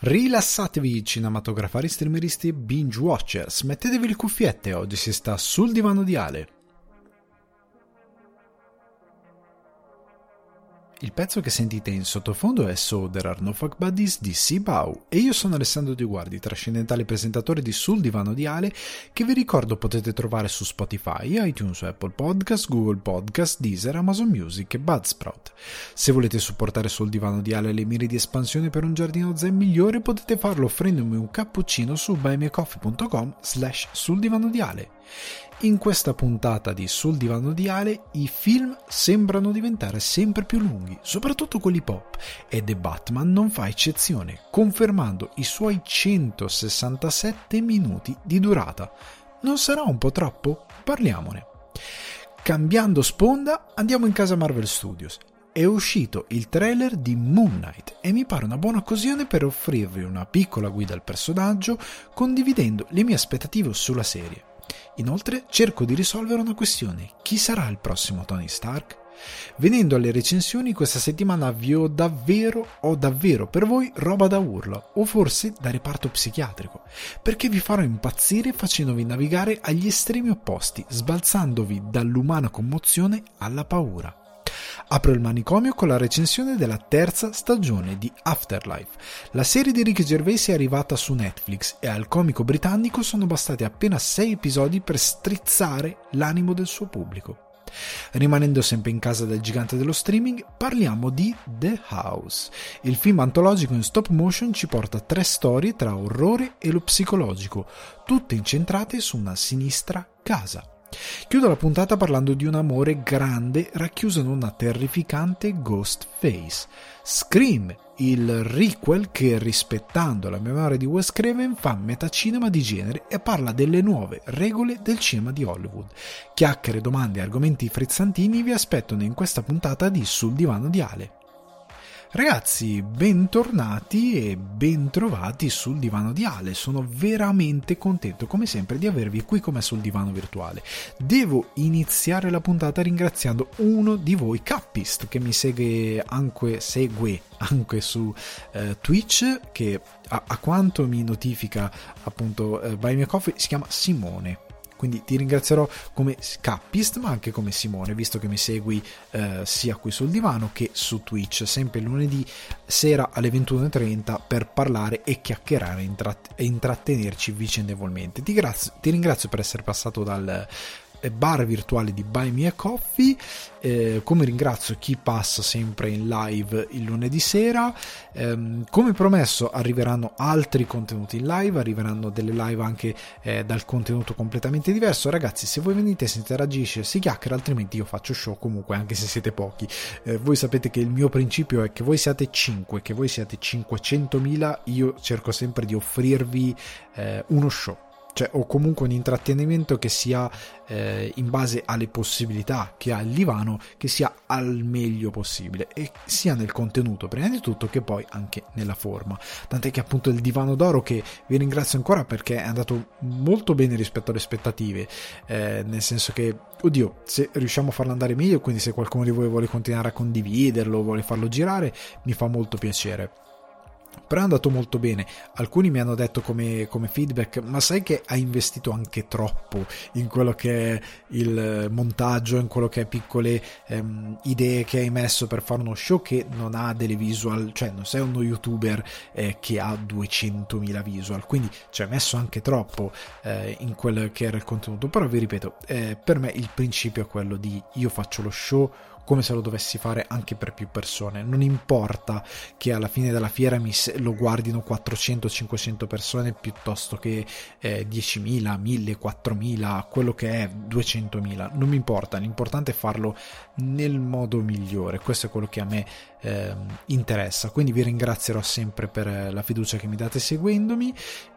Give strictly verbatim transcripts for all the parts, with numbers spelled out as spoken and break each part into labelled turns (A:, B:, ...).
A: Rilassatevi cinematografari, streameristi e binge watchers, mettetevi le cuffiette, oggi si sta sul divano di Ale. Il pezzo che sentite in sottofondo è So There Are No Fuck Buddies di Sibau e io sono Alessandro Di Guardi, trascendentale presentatore di Sul Divano di Ale, che vi ricordo potete trovare su Spotify, iTunes, Apple Podcast, Google Podcast, Deezer, Amazon Music e Buzzsprout. Se volete supportare Sul Divano di Ale e le mire di espansione per un giardino zen migliore, potete farlo offrendomi un cappuccino su buymeacoffee.com slash sul divano di Ale. In questa puntata di Sul Divano di Ale i film sembrano diventare sempre più lunghi, soprattutto quelli pop, e The Batman non fa eccezione, confermando i suoi centosessantasette minuti di durata. Non sarà un po' troppo? Parliamone. Cambiando sponda, andiamo in casa Marvel Studios. È uscito il trailer di Moon Knight e mi pare una buona occasione per offrirvi una piccola guida al personaggio, condividendo le mie aspettative sulla serie. Inoltre cerco di risolvere una questione: chi sarà il prossimo Tony Stark? Venendo alle recensioni, questa settimana vi ho davvero, ho davvero per voi roba da urla, o forse da reparto psichiatrico, perché vi farò impazzire facendovi navigare agli estremi opposti, sbalzandovi dall'umana commozione alla paura. Apro il manicomio con la recensione della terza stagione di Afterlife. La serie di Ricky Gervais è arrivata su Netflix e al comico britannico sono bastati appena sei episodi per strizzare l'animo del suo pubblico. Rimanendo sempre in casa del gigante dello streaming, parliamo di The House. Il film antologico in stop motion ci porta tre storie tra orrore e lo psicologico, tutte incentrate su una sinistra casa. Chiudo la puntata parlando di un amore grande racchiuso in una terrificante ghost face. Scream, il requel che, rispettando la memoria di Wes Craven, fa metacinema di genere e parla delle nuove regole del cinema di Hollywood. Chiacchiere, domande e argomenti frizzantini vi aspettano in questa puntata di Sul Divano di Ale. Ragazzi, bentornati e bentrovati sul divano di Ale. Sono veramente contento, come sempre, di avervi qui come sul divano virtuale. Devo iniziare la puntata ringraziando uno di voi, Cappist, che mi segue anche, segue anche su eh, Twitch, che a, a quanto mi notifica appunto eh, Buy Me a Coffee si chiama Simone. Quindi ti ringrazierò come Cappist, ma anche come Simone, visto che mi segui eh, sia qui sul divano che su Twitch, sempre lunedì sera alle ventuno e trenta per parlare e chiacchierare e intrattenerci vicendevolmente. Ti, grazio, ti ringrazio per essere passato dal bar virtuale di Buy Me a Coffee, eh, come ringrazio chi passa sempre in live il lunedì sera. Eh, come promesso arriveranno altri contenuti in live, arriveranno delle live anche eh, dal contenuto completamente diverso. Ragazzi, se voi venite si interagisce, si chiacchiera, altrimenti io faccio show comunque anche se siete pochi. Eh, voi sapete che il mio principio è che voi siate cinque, che voi siate cinquecentomila, io cerco sempre di offrirvi eh, uno show, cioè o comunque un intrattenimento che sia eh, in base alle possibilità che ha il divano, che sia al meglio possibile, e sia nel contenuto prima di tutto che poi anche nella forma. Tant'è che appunto il divano d'oro, che vi ringrazio ancora perché è andato molto bene rispetto alle aspettative, eh, nel senso che oddio, se riusciamo a farlo andare meglio, quindi se qualcuno di voi vuole continuare a condividerlo, vuole farlo girare, mi fa molto piacere. Però è andato molto bene. Alcuni mi hanno detto come, come feedback: ma sai che hai investito anche troppo in quello che è il montaggio, in quello che è piccole ehm, idee che hai messo per fare uno show che non ha delle visual, cioè non sei uno youtuber eh, che ha duecentomila visual, quindi ci hai messo anche troppo eh, in quel che era il contenuto. Però vi ripeto, eh, per me il principio è quello di: io faccio lo show come se lo dovessi fare anche per più persone. Non importa che alla fine della fiera mi lo guardino quattrocento cinquecento persone piuttosto che eh, diecimila, mille, quattromila, quello che è duecentomila, non mi importa, l'importante è farlo nel modo migliore. Questo è quello che a me eh, interessa. Quindi vi ringrazierò sempre per la fiducia che mi date seguendomi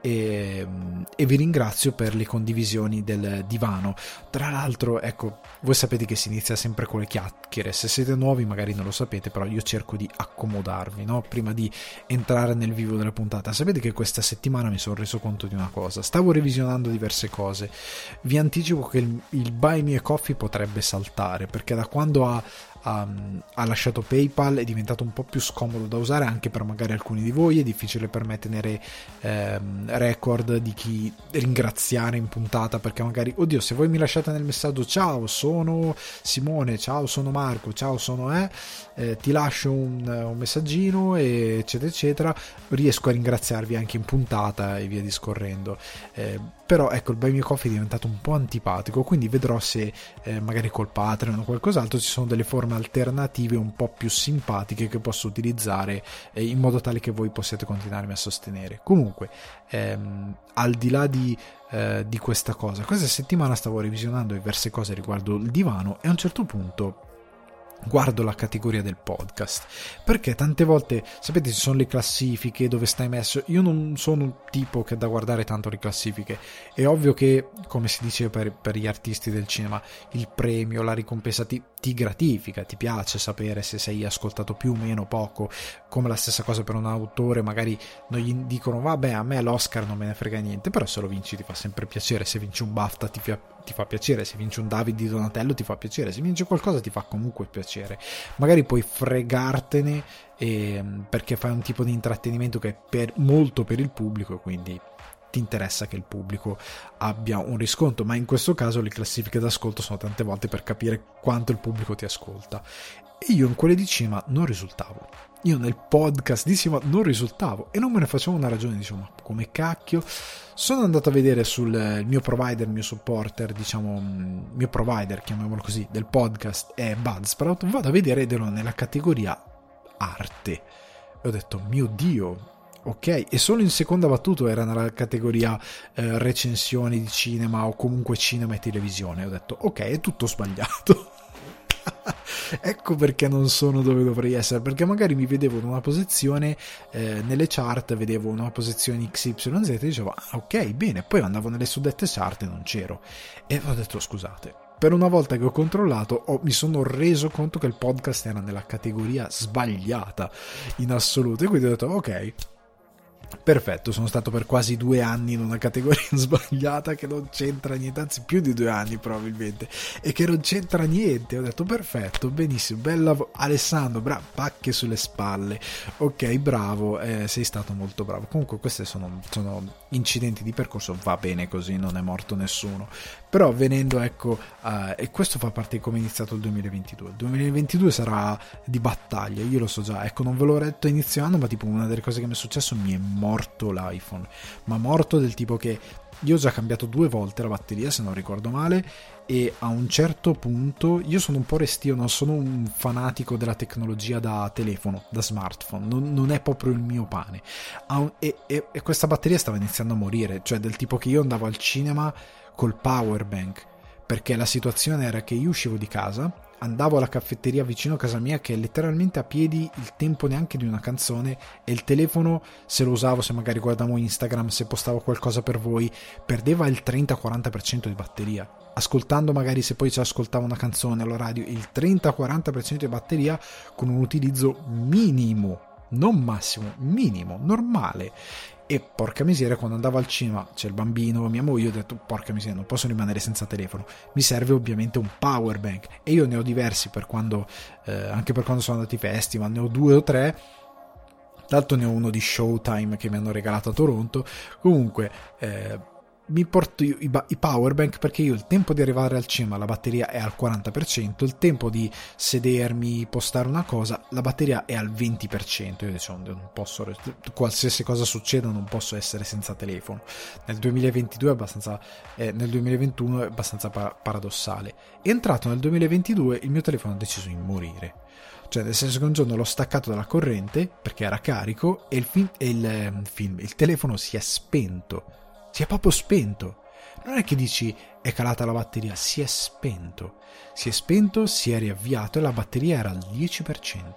A: e, e vi ringrazio per le condivisioni del divano. Tra l'altro, ecco, voi sapete che si inizia sempre con le chiacchiere. Se siete nuovi magari non lo sapete, però io cerco di accomodarvi, no? Prima di entrare nel vivo della puntata. Sapete che questa settimana mi sono reso conto di una cosa: stavo revisionando diverse cose. Vi anticipo che il, il Buy Me a Coffee potrebbe saltare, perché da quando ha ha, ha lasciato PayPal, è diventato un po' più scomodo da usare anche per magari alcuni di voi, è difficile per me tenere ehm, record di chi ringraziare in puntata, perché magari, oddio, se voi mi lasciate nel messaggio ciao sono Simone, ciao sono Marco, ciao sono eh, eh ti lascio un, un messaggino e eccetera eccetera, riesco a ringraziarvi anche in puntata e via discorrendo. Eh, però ecco, il Buy Me Coffee è diventato un po' antipatico, quindi vedrò se eh, magari col Patreon o qualcos'altro ci sono delle forme alternative un po' più simpatiche che posso utilizzare eh, in modo tale che voi possiate continuarmi a sostenere. Comunque ehm, al di là di, eh, di questa cosa, questa settimana stavo revisionando diverse cose riguardo il divano e a un certo punto guardo la categoria del podcast, perché tante volte, sapete, ci sono le classifiche dove stai messo. Io non sono un tipo che da guardare tanto le classifiche. È ovvio che, come si dice per, per gli artisti del cinema, il premio, la ricompensa ti, ti gratifica, ti piace sapere se sei ascoltato più o meno, poco. Come la stessa cosa per un autore, magari non gli dicono vabbè, a me l'Oscar non me ne frega niente, però se lo vinci ti fa sempre piacere, se vinci un BAFTA ti fa, ti fa piacere, se vinci un David di Donatello ti fa piacere, se vinci qualcosa ti fa comunque piacere. Magari puoi fregartene eh, perché fai un tipo di intrattenimento che è per, molto per il pubblico, quindi ti interessa che il pubblico abbia un riscontro, ma in questo caso le classifiche d'ascolto sono tante volte per capire quanto il pubblico ti ascolta, e io in quelle di cinema non risultavo. Io nel podcast di cinema non risultavo e non me ne facevo una ragione, dicevo ma come cacchio. Sono andato a vedere sul mio provider, il mio supporter, diciamo mio provider, chiamiamolo così, del podcast è Buzzsprout, vado a vedere ed ero nella categoria arte e ho detto mio Dio, ok, e solo in seconda battuta era nella categoria eh, recensioni di cinema o comunque cinema e televisione. Ho detto ok, è tutto sbagliato. Ecco perché non sono dove dovrei essere, perché magari mi vedevo in una posizione eh, nelle chart, vedevo una posizione X Y Z e dicevo ah, ok, bene, poi andavo nelle suddette chart e non c'ero e ho detto scusate, per una volta che ho controllato ho, mi sono reso conto che il podcast era nella categoria sbagliata in assoluto, e quindi ho detto ok, perfetto, sono stato per quasi due anni in una categoria sbagliata che non c'entra niente, anzi più di due anni probabilmente, e che non c'entra niente. Ho detto perfetto, benissimo, bel lavoro Alessandro, bravo, pacche sulle spalle, ok, bravo, eh, sei stato molto bravo. Comunque questi sono, sono incidenti di percorso, va bene così, non è morto nessuno. Però venendo ecco uh, e questo fa parte di come è iniziato il duemilaventidue. Il duemilaventidue sarà di battaglia, io lo so già, ecco, non ve l'ho detto inizio anno, ma tipo una delle cose che mi è successo, mi è morto l'iPhone, ma morto del tipo che io ho già cambiato due volte la batteria se non ricordo male, e a un certo punto io sono un po' restio, non sono un fanatico della tecnologia da telefono, da smartphone, non, non è proprio il mio pane. Un, e, e, e questa batteria stava iniziando a morire, cioè del tipo che io andavo al cinema col power bank, perché la situazione era che io uscivo di casa, andavo alla caffetteria vicino a casa mia che è letteralmente a piedi il tempo neanche di una canzone, e il telefono, se lo usavo, se magari guardavo Instagram, se postavo qualcosa per voi, perdeva il trenta quaranta per cento di batteria. Ascoltando magari, se poi ci ascoltavo una canzone alla radio, il trenta quaranta per cento di batteria con un utilizzo minimo, non massimo, minimo, normale. E porca miseria, quando andavo al cinema c'è il bambino, mia moglie, ho detto porca miseria, non posso rimanere senza telefono, mi serve ovviamente un power bank, e io ne ho diversi per quando eh, anche per quando sono andati ai festival, ne ho due o tre. L'altro ne ho uno di Showtime che mi hanno regalato a Toronto. Comunque eh, mi porto i, i power bank, perché io il tempo di arrivare al cinema la batteria è al quaranta per cento, il tempo di sedermi, postare una cosa, la batteria è al venti per cento. Io diciamo non posso, qualsiasi cosa succeda non posso essere senza telefono. Nel duemilaventidue è abbastanza eh, nel duemilaventuno è abbastanza pa- paradossale. È entrato nel duemilaventidue, il mio telefono ha deciso di morire, cioè nel senso che un giorno l'ho staccato dalla corrente perché era carico e il, film, e il, eh, film, il telefono si è spento. Si è proprio spento. Non è che dici è calata la batteria, si è spento. Si è spento, si è riavviato e la batteria era al dieci per cento.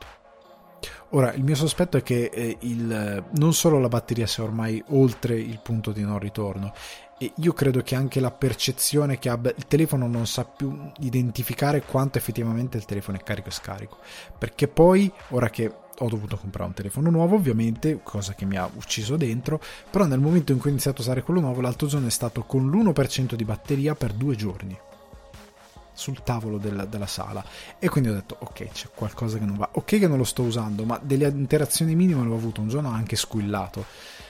A: Ora, il mio sospetto è che eh, il, non solo la batteria sia ormai oltre il punto di non ritorno, e io credo che anche la percezione che abbia il telefono non sa più identificare quanto effettivamente il telefono è carico e scarico. Perché poi, ora che ho dovuto comprare un telefono nuovo, ovviamente, cosa che mi ha ucciso dentro, però nel momento in cui ho iniziato a usare quello nuovo, l'altro giorno è stato con l'uno per cento di batteria per due giorni. sul tavolo della, della sala, e quindi ho detto ok, c'è qualcosa che non va, ok che non lo sto usando, ma delle interazioni minime l'ho avuto. Un giorno ho anche squillato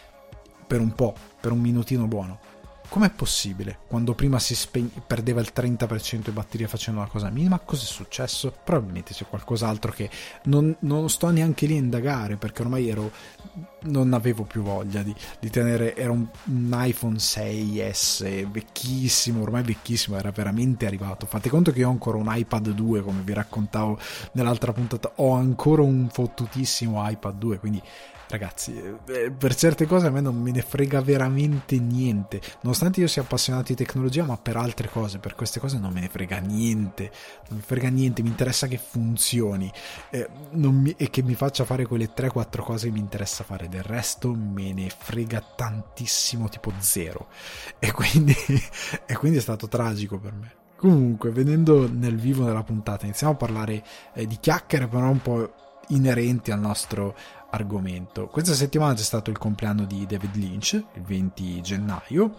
A: per un po', per un minutino buono. Com'è possibile? Quando prima si speg- perdeva il trenta per cento di batteria facendo una cosa minima, cosa è successo? Probabilmente c'è qualcos'altro che non, non sto neanche lì a indagare, perché ormai ero non avevo più voglia di, di tenere, era un, un iPhone sei esse vecchissimo, ormai vecchissimo, era veramente arrivato. Fate conto che io ho ancora un iPad due, come vi raccontavo nell'altra puntata, ho ancora un fottutissimo iPad due, quindi ragazzi, per certe cose a me non me ne frega veramente niente, nonostante io sia appassionato di tecnologia, ma per altre cose, per queste cose non me ne frega niente, non mi frega niente, mi interessa che funzioni, eh, non mi, e che mi faccia fare quelle tre quattro cose che mi interessa fare, del resto me ne frega tantissimo, tipo zero, e quindi, e quindi è stato tragico per me. Comunque, venendo nel vivo della puntata, iniziamo a parlare eh, di chiacchiere però un po' inerenti al nostro argomento. Questa settimana c'è stato il compleanno di David Lynch, il venti gennaio.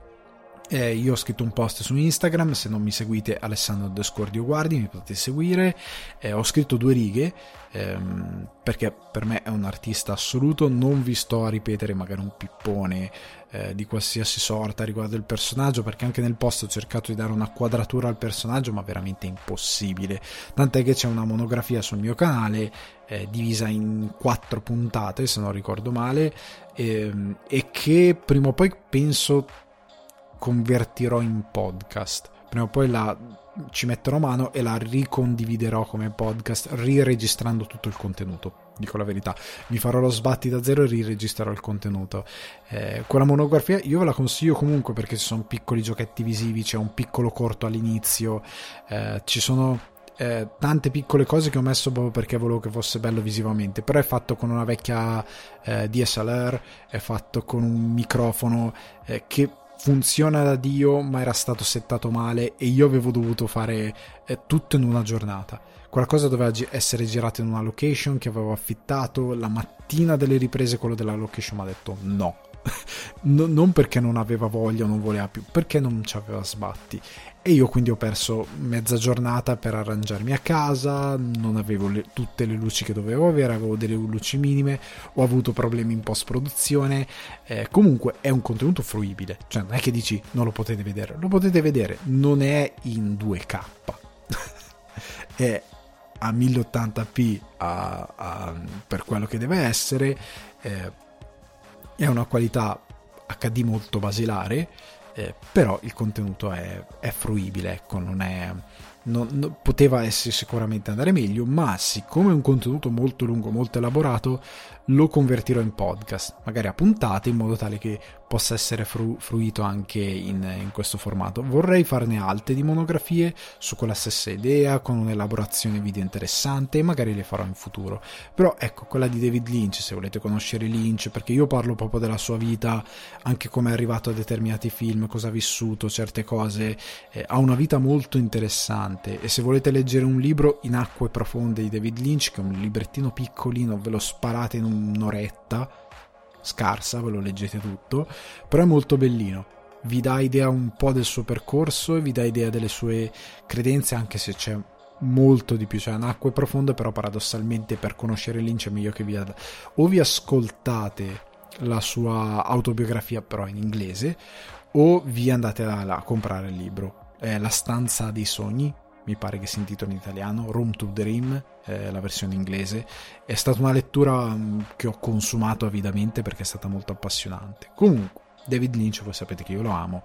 A: Eh, io ho scritto un post su Instagram, se non mi seguite Alessandro underscore Dioguardi mi potete seguire. Eh, ho scritto due righe ehm, perché per me è un artista assoluto, non vi sto a ripetere magari un pippone eh, di qualsiasi sorta riguardo il personaggio, perché anche nel post ho cercato di dare una quadratura al personaggio, ma veramente impossibile, tant'è che c'è una monografia sul mio canale eh, divisa in quattro puntate se non ricordo male, ehm, e che prima o poi penso convertirò in podcast, prima o poi la ci metterò mano e la ricondividerò come podcast, riregistrando tutto il contenuto. Dico la verità, mi farò lo sbatti da zero e riregistrerò il contenuto. Eh, quella monografia io ve la consiglio comunque, perché ci sono piccoli giochetti visivi, c'è un piccolo corto all'inizio, eh, ci sono eh, tante piccole cose che ho messo proprio perché volevo che fosse bello visivamente, però è fatto con una vecchia eh, D S L R, è fatto con un microfono eh, che funziona da Dio, ma era stato settato male e io avevo dovuto fare eh, tutto in una giornata. Qualcosa doveva gi- essere girato in una location che avevo affittato. La mattina delle riprese quello della location mi ha detto no. no non perché non aveva voglia o non voleva più, perché non ci aveva sbatti, e io quindi ho perso mezza giornata per arrangiarmi a casa, non avevo le, tutte le luci che dovevo avere, avevo delle luci minime, ho avuto problemi in post produzione. Eh, comunque è un contenuto fruibile, cioè non è che dici non lo potete vedere, lo potete vedere, non è in due K è a mille ottanta p a, a, per quello che deve essere, eh, è una qualità acca di molto basilare, eh, però il contenuto è, è fruibile, ecco, non è non, non, poteva essere sicuramente andare meglio, ma siccome è un contenuto molto lungo, molto elaborato, lo convertirò in podcast, magari a puntate, in modo tale che possa essere fru- fruito anche in, in questo formato. Vorrei farne altre di monografie su quella stessa idea, con un'elaborazione video interessante, e magari le farò in futuro. Però ecco, quella di David Lynch, se volete conoscere Lynch, perché io parlo proprio della sua vita, anche come è arrivato a determinati film, cosa ha vissuto, certe cose, eh, ha una vita molto interessante. E se volete leggere un libro, In acque profonde di David Lynch, che è un librettino piccolino, ve lo sparate in un'oretta scarsa, ve lo leggete tutto, però è molto bellino, vi dà idea un po' del suo percorso e vi dà idea delle sue credenze, anche se c'è molto di più, cioè in acque profonde, però paradossalmente per conoscere Lynch è meglio che vi ad... o vi ascoltate la sua autobiografia però in inglese, o vi andate a, a comprare il libro. È La stanza dei sogni, mi pare che si intitoli in italiano, Room to Dream, eh, la versione inglese. È stata una lettura mh, che ho consumato avidamente perché è stata molto appassionante. Comunque, David Lynch, voi sapete che io lo amo,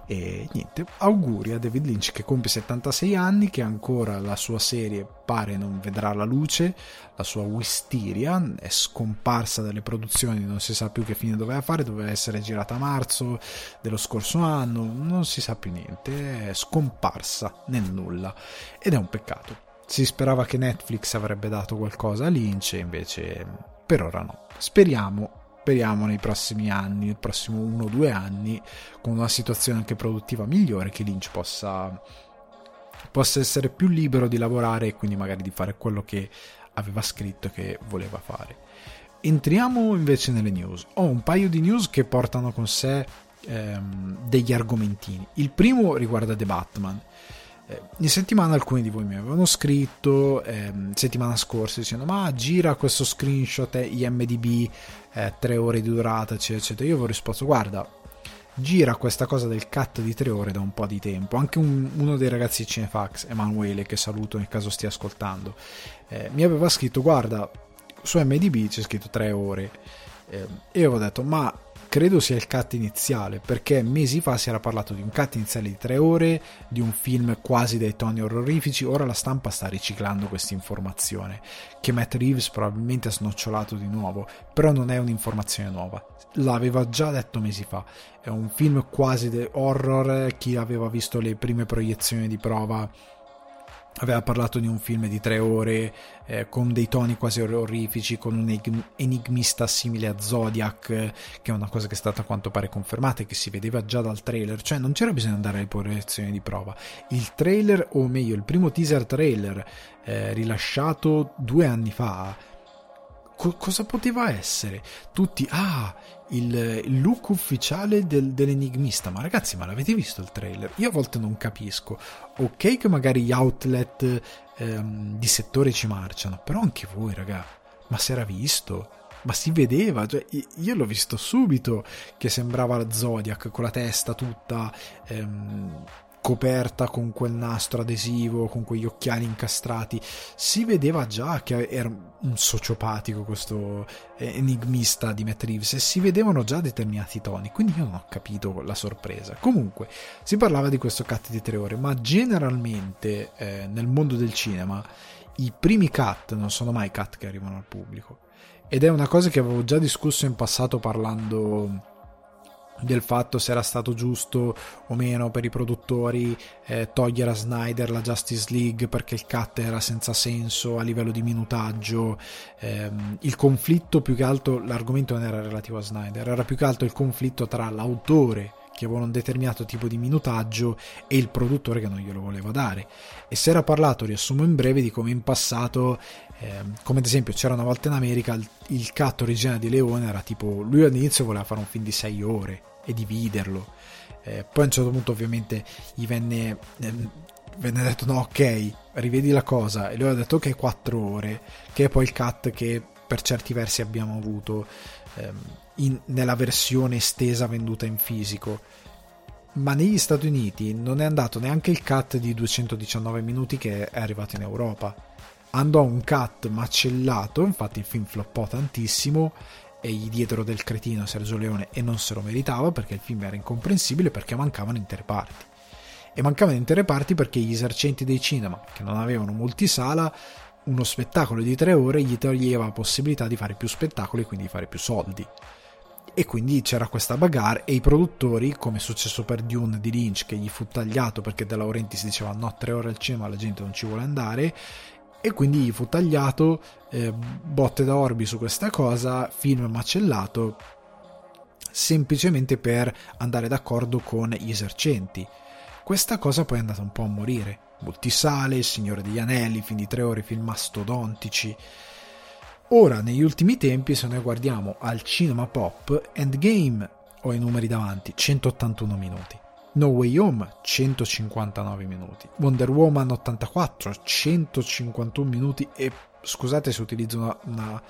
A: e niente, auguri a David Lynch che compie settantasei anni, che ancora la sua serie pare non vedrà la luce, la sua Wisteria è scomparsa dalle produzioni, non si sa più che fine doveva fare, doveva essere girata a marzo dello scorso anno, non si sa più niente, è scomparsa nel nulla, ed è un peccato. Si sperava che Netflix avrebbe dato qualcosa a Lynch, invece per ora no. Speriamo Speriamo nei prossimi anni, il prossimo uno o due anni, con una situazione anche produttiva migliore, che Lynch possa, possa essere più libero di lavorare e quindi magari di fare quello che aveva scritto che voleva fare. Entriamo invece nelle news. Ho un paio di news che portano con sé ehm, degli argomentini. Il primo riguarda The Batman. In settimana alcuni di voi mi avevano scritto, eh, settimana scorsa, dicendo ma gira questo screenshot I M D B, eh, tre ore di durata, eccetera, eccetera. Io avevo risposto, guarda, gira questa cosa del cut di tre ore da un po' di tempo. Anche un, uno dei ragazzi di Cinefax, Emanuele, che saluto nel caso stia ascoltando, eh, mi aveva scritto, guarda, su I M D B c'è scritto tre ore, eh, e io avevo detto, ma credo sia il cut iniziale, perché mesi fa si era parlato di un cut iniziale di tre ore, di un film quasi dai toni orrorifici. Ora la stampa sta riciclando questa informazione, che Matt Reeves probabilmente ha snocciolato di nuovo, però non è un'informazione nuova, l'aveva già detto mesi fa. È un film quasi de- horror, chi aveva visto le prime proiezioni di prova aveva parlato di un film di tre ore, eh, con dei toni quasi orrorifici, con un enigmista simile a Zodiac, che è una cosa che è stata a quanto pare confermata e che si vedeva già dal trailer. Cioè non c'era bisogno di andare alle proiezioni di prova. Il trailer, o meglio il primo teaser trailer, eh, rilasciato due anni fa, co- cosa poteva essere? Tutti, ah, il, il look ufficiale del, dell'enigmista. Ma ragazzi, ma l'avete visto il trailer? Io a volte non capisco. Ok che magari gli outlet ehm, di settore ci marciano, però anche voi, raga, ma si era visto? Ma si vedeva? Cioè, io l'ho visto subito che sembrava Zodiac, con la testa tutta ehm, coperta con quel nastro adesivo, con quegli occhiali incastrati. Si vedeva già che era un sociopatico questo enigmista di Matt Reeves, e si vedevano già determinati toni, quindi io non ho capito la sorpresa. Comunque si parlava di questo cut di tre ore, ma generalmente eh, nel mondo del cinema i primi cut non sono mai cut che arrivano al pubblico, ed è una cosa che avevo già discusso in passato, parlando del fatto se era stato giusto o meno per i produttori eh, togliere a Snyder la Justice League perché il cut era senza senso a livello di minutaggio. Ehm, il conflitto, più che altro, l'argomento non era relativo a Snyder, era più che altro il conflitto tra l'autore che vuole un determinato tipo di minutaggio e il produttore che non glielo voleva dare. E si era parlato, riassumo in breve, di come in passato, ehm, come ad esempio c'era una volta in America il, il cut originale di Leone era tipo, lui all'inizio voleva fare un film di sei ore e dividerlo, eh, poi a un certo punto ovviamente gli venne, eh, venne detto no, ok, rivedi la cosa, e lui ha detto ok, quattro ore, che è poi il cut che per certi versi abbiamo avuto ehm, in, nella versione estesa venduta in fisico. Ma negli Stati Uniti non è andato neanche il cut di duecentodiciannove minuti che è arrivato in Europa, andò un cut macellato, infatti il film floppò tantissimo e gli diedero del cretino a Sergio Leone, e non se lo meritava perché il film era incomprensibile, perché mancavano intere parti. E mancavano intere parti perché gli esercenti dei cinema, che non avevano multisala, uno spettacolo di tre ore gli toglieva la possibilità di fare più spettacoli e quindi di fare più soldi. E quindi c'era questa bagarre, e i produttori, come è successo per Dune di Lynch, che gli fu tagliato perché De Laurentiis diceva no, tre ore al cinema la gente non ci vuole andare, e quindi gli fu tagliato, eh, botte da orbi su questa cosa, film macellato, semplicemente per andare d'accordo con gli esercenti. Questa cosa poi è andata un po' a morire. Multisale, Il Signore degli Anelli, film di tre ore, film mastodontici. Ora, negli ultimi tempi, se noi guardiamo al cinema pop, Endgame, ho i numeri davanti, centottantuno minuti. No Way Home, centocinquantanove minuti. Wonder Woman ottantaquattro, centocinquantuno minuti. E scusate se utilizzo una, una,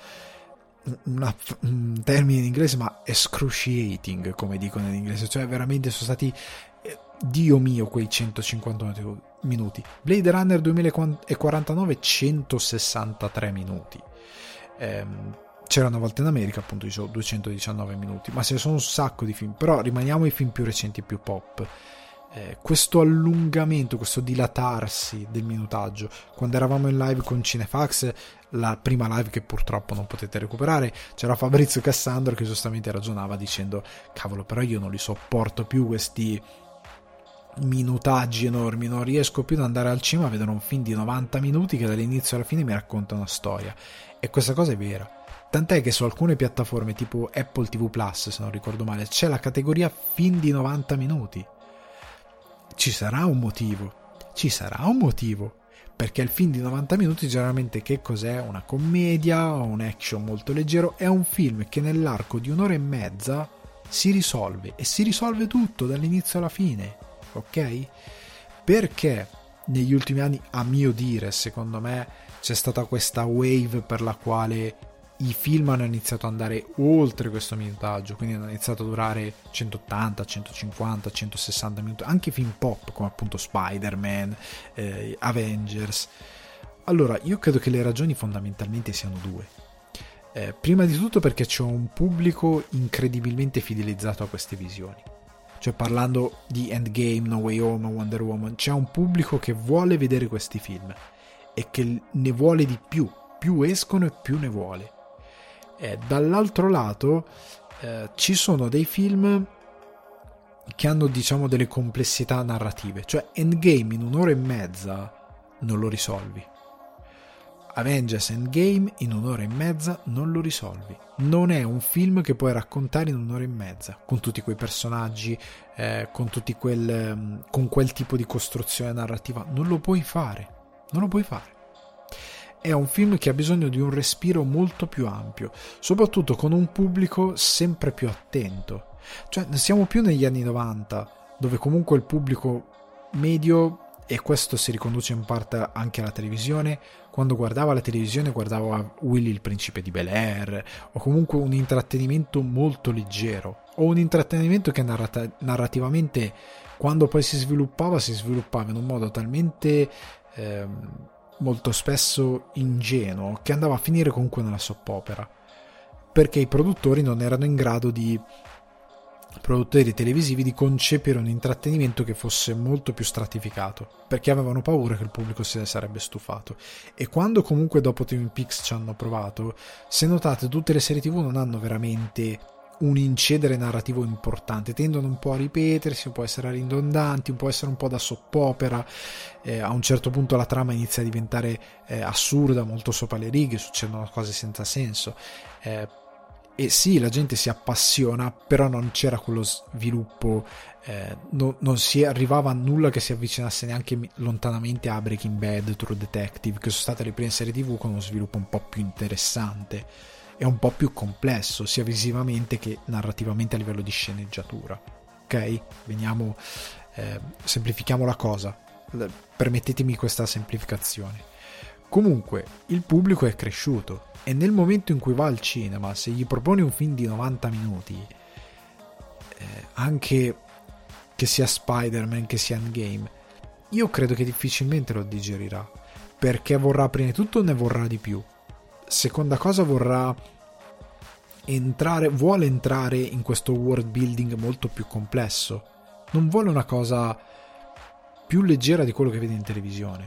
A: una, un termine in inglese, ma excruciating, come dicono in inglese, cioè veramente sono stati, eh, Dio mio, quei centocinquantanove minuti. Blade Runner duemilaquarantanove, centosessantatré minuti. Ehm, c'era una volta in America, appunto, dicevo, duecentodiciannove minuti, ma ce ne sono un sacco di film. Però rimaniamo ai film più recenti e più pop. Eh, questo allungamento, questo dilatarsi del minutaggio. Quando eravamo in live con Cinefax, la prima live che purtroppo non potete recuperare, c'era Fabrizio Cassandro che giustamente ragionava dicendo cavolo, però io non li sopporto più questi minutaggi enormi, non riesco più ad andare al cinema a vedere un film di novanta minuti che dall'inizio alla fine mi racconta una storia. E questa cosa è vera, tant'è che su alcune piattaforme tipo Apple ti vu Plus, se non ricordo male, c'è la categoria film di novanta minuti. Ci sarà un motivo, ci sarà un motivo, perché il film di novanta minuti generalmente che cos'è? Una commedia o un action molto leggero. È un film che nell'arco di un'ora e mezza si risolve, e si risolve tutto dall'inizio alla fine, ok? Perché negli ultimi anni, a mio dire, secondo me, c'è stata questa wave per la quale i film hanno iniziato ad andare oltre questo minutaggio, quindi hanno iniziato a durare centottanta, centocinquanta, centosessanta minuti, anche film pop come appunto Spider-Man, eh, Avengers. Allora, io credo che le ragioni fondamentalmente siano due. Eh, prima di tutto perché c'è un pubblico incredibilmente fidelizzato a queste visioni. Cioè, parlando di Endgame, No Way Home, Wonder Woman, c'è un pubblico che vuole vedere questi film e che ne vuole di più, più escono e più ne vuole. Eh, dall'altro lato eh, ci sono dei film che hanno, diciamo, delle complessità narrative. Cioè, Endgame in un'ora e mezza non lo risolvi. Avengers Endgame in un'ora e mezza non lo risolvi. Non è un film che puoi raccontare in un'ora e mezza con tutti quei personaggi, eh, con tutti quel con quel tipo di costruzione narrativa. Non lo puoi fare. Non lo puoi fare. È un film che ha bisogno di un respiro molto più ampio, soprattutto con un pubblico sempre più attento. Cioè, non siamo più negli anni novanta, dove comunque il pubblico medio, e questo si riconduce in parte anche alla televisione, quando guardava la televisione guardava Willy il principe di Bel-Air, o comunque un intrattenimento molto leggero, o un intrattenimento che narrat- narrativamente, quando poi si sviluppava, si sviluppava in un modo talmente ehm, molto spesso ingenuo che andava a finire comunque nella soap opera, perché i produttori non erano in grado di produttori televisivi di concepire un intrattenimento che fosse molto più stratificato, perché avevano paura che il pubblico se ne sarebbe stufato. E quando comunque dopo Twin Peaks ci hanno provato, se notate, tutte le serie tv non hanno veramente un incedere narrativo importante, tendono un po' a ripetersi, un po' a essere ridondanti, un po' a essere un po' da soap opera. Eh, a un certo punto la trama inizia a diventare eh, assurda, molto sopra le righe, succedono cose senza senso. Eh, E sì, la gente si appassiona, però non c'era quello sviluppo, eh, no, non si arrivava a nulla che si avvicinasse neanche lontanamente a Breaking Bad, True Detective, che sono state le prime serie tv con uno sviluppo un po' più interessante e un po' più complesso, sia visivamente che narrativamente a livello di sceneggiatura. Ok? Veniamo, eh, semplifichiamo la cosa, permettetemi questa semplificazione. Comunque, il pubblico è cresciuto, e nel momento in cui va al cinema, se gli proponi un film di novanta minuti, eh, anche che sia Spider-Man, che sia Endgame, io credo che difficilmente lo digerirà, perché vorrà, prima di tutto, ne vorrà di più. Seconda cosa, vorrà entrare, vuole entrare in questo world building molto più complesso. Non vuole una cosa più leggera di quello che vede in televisione.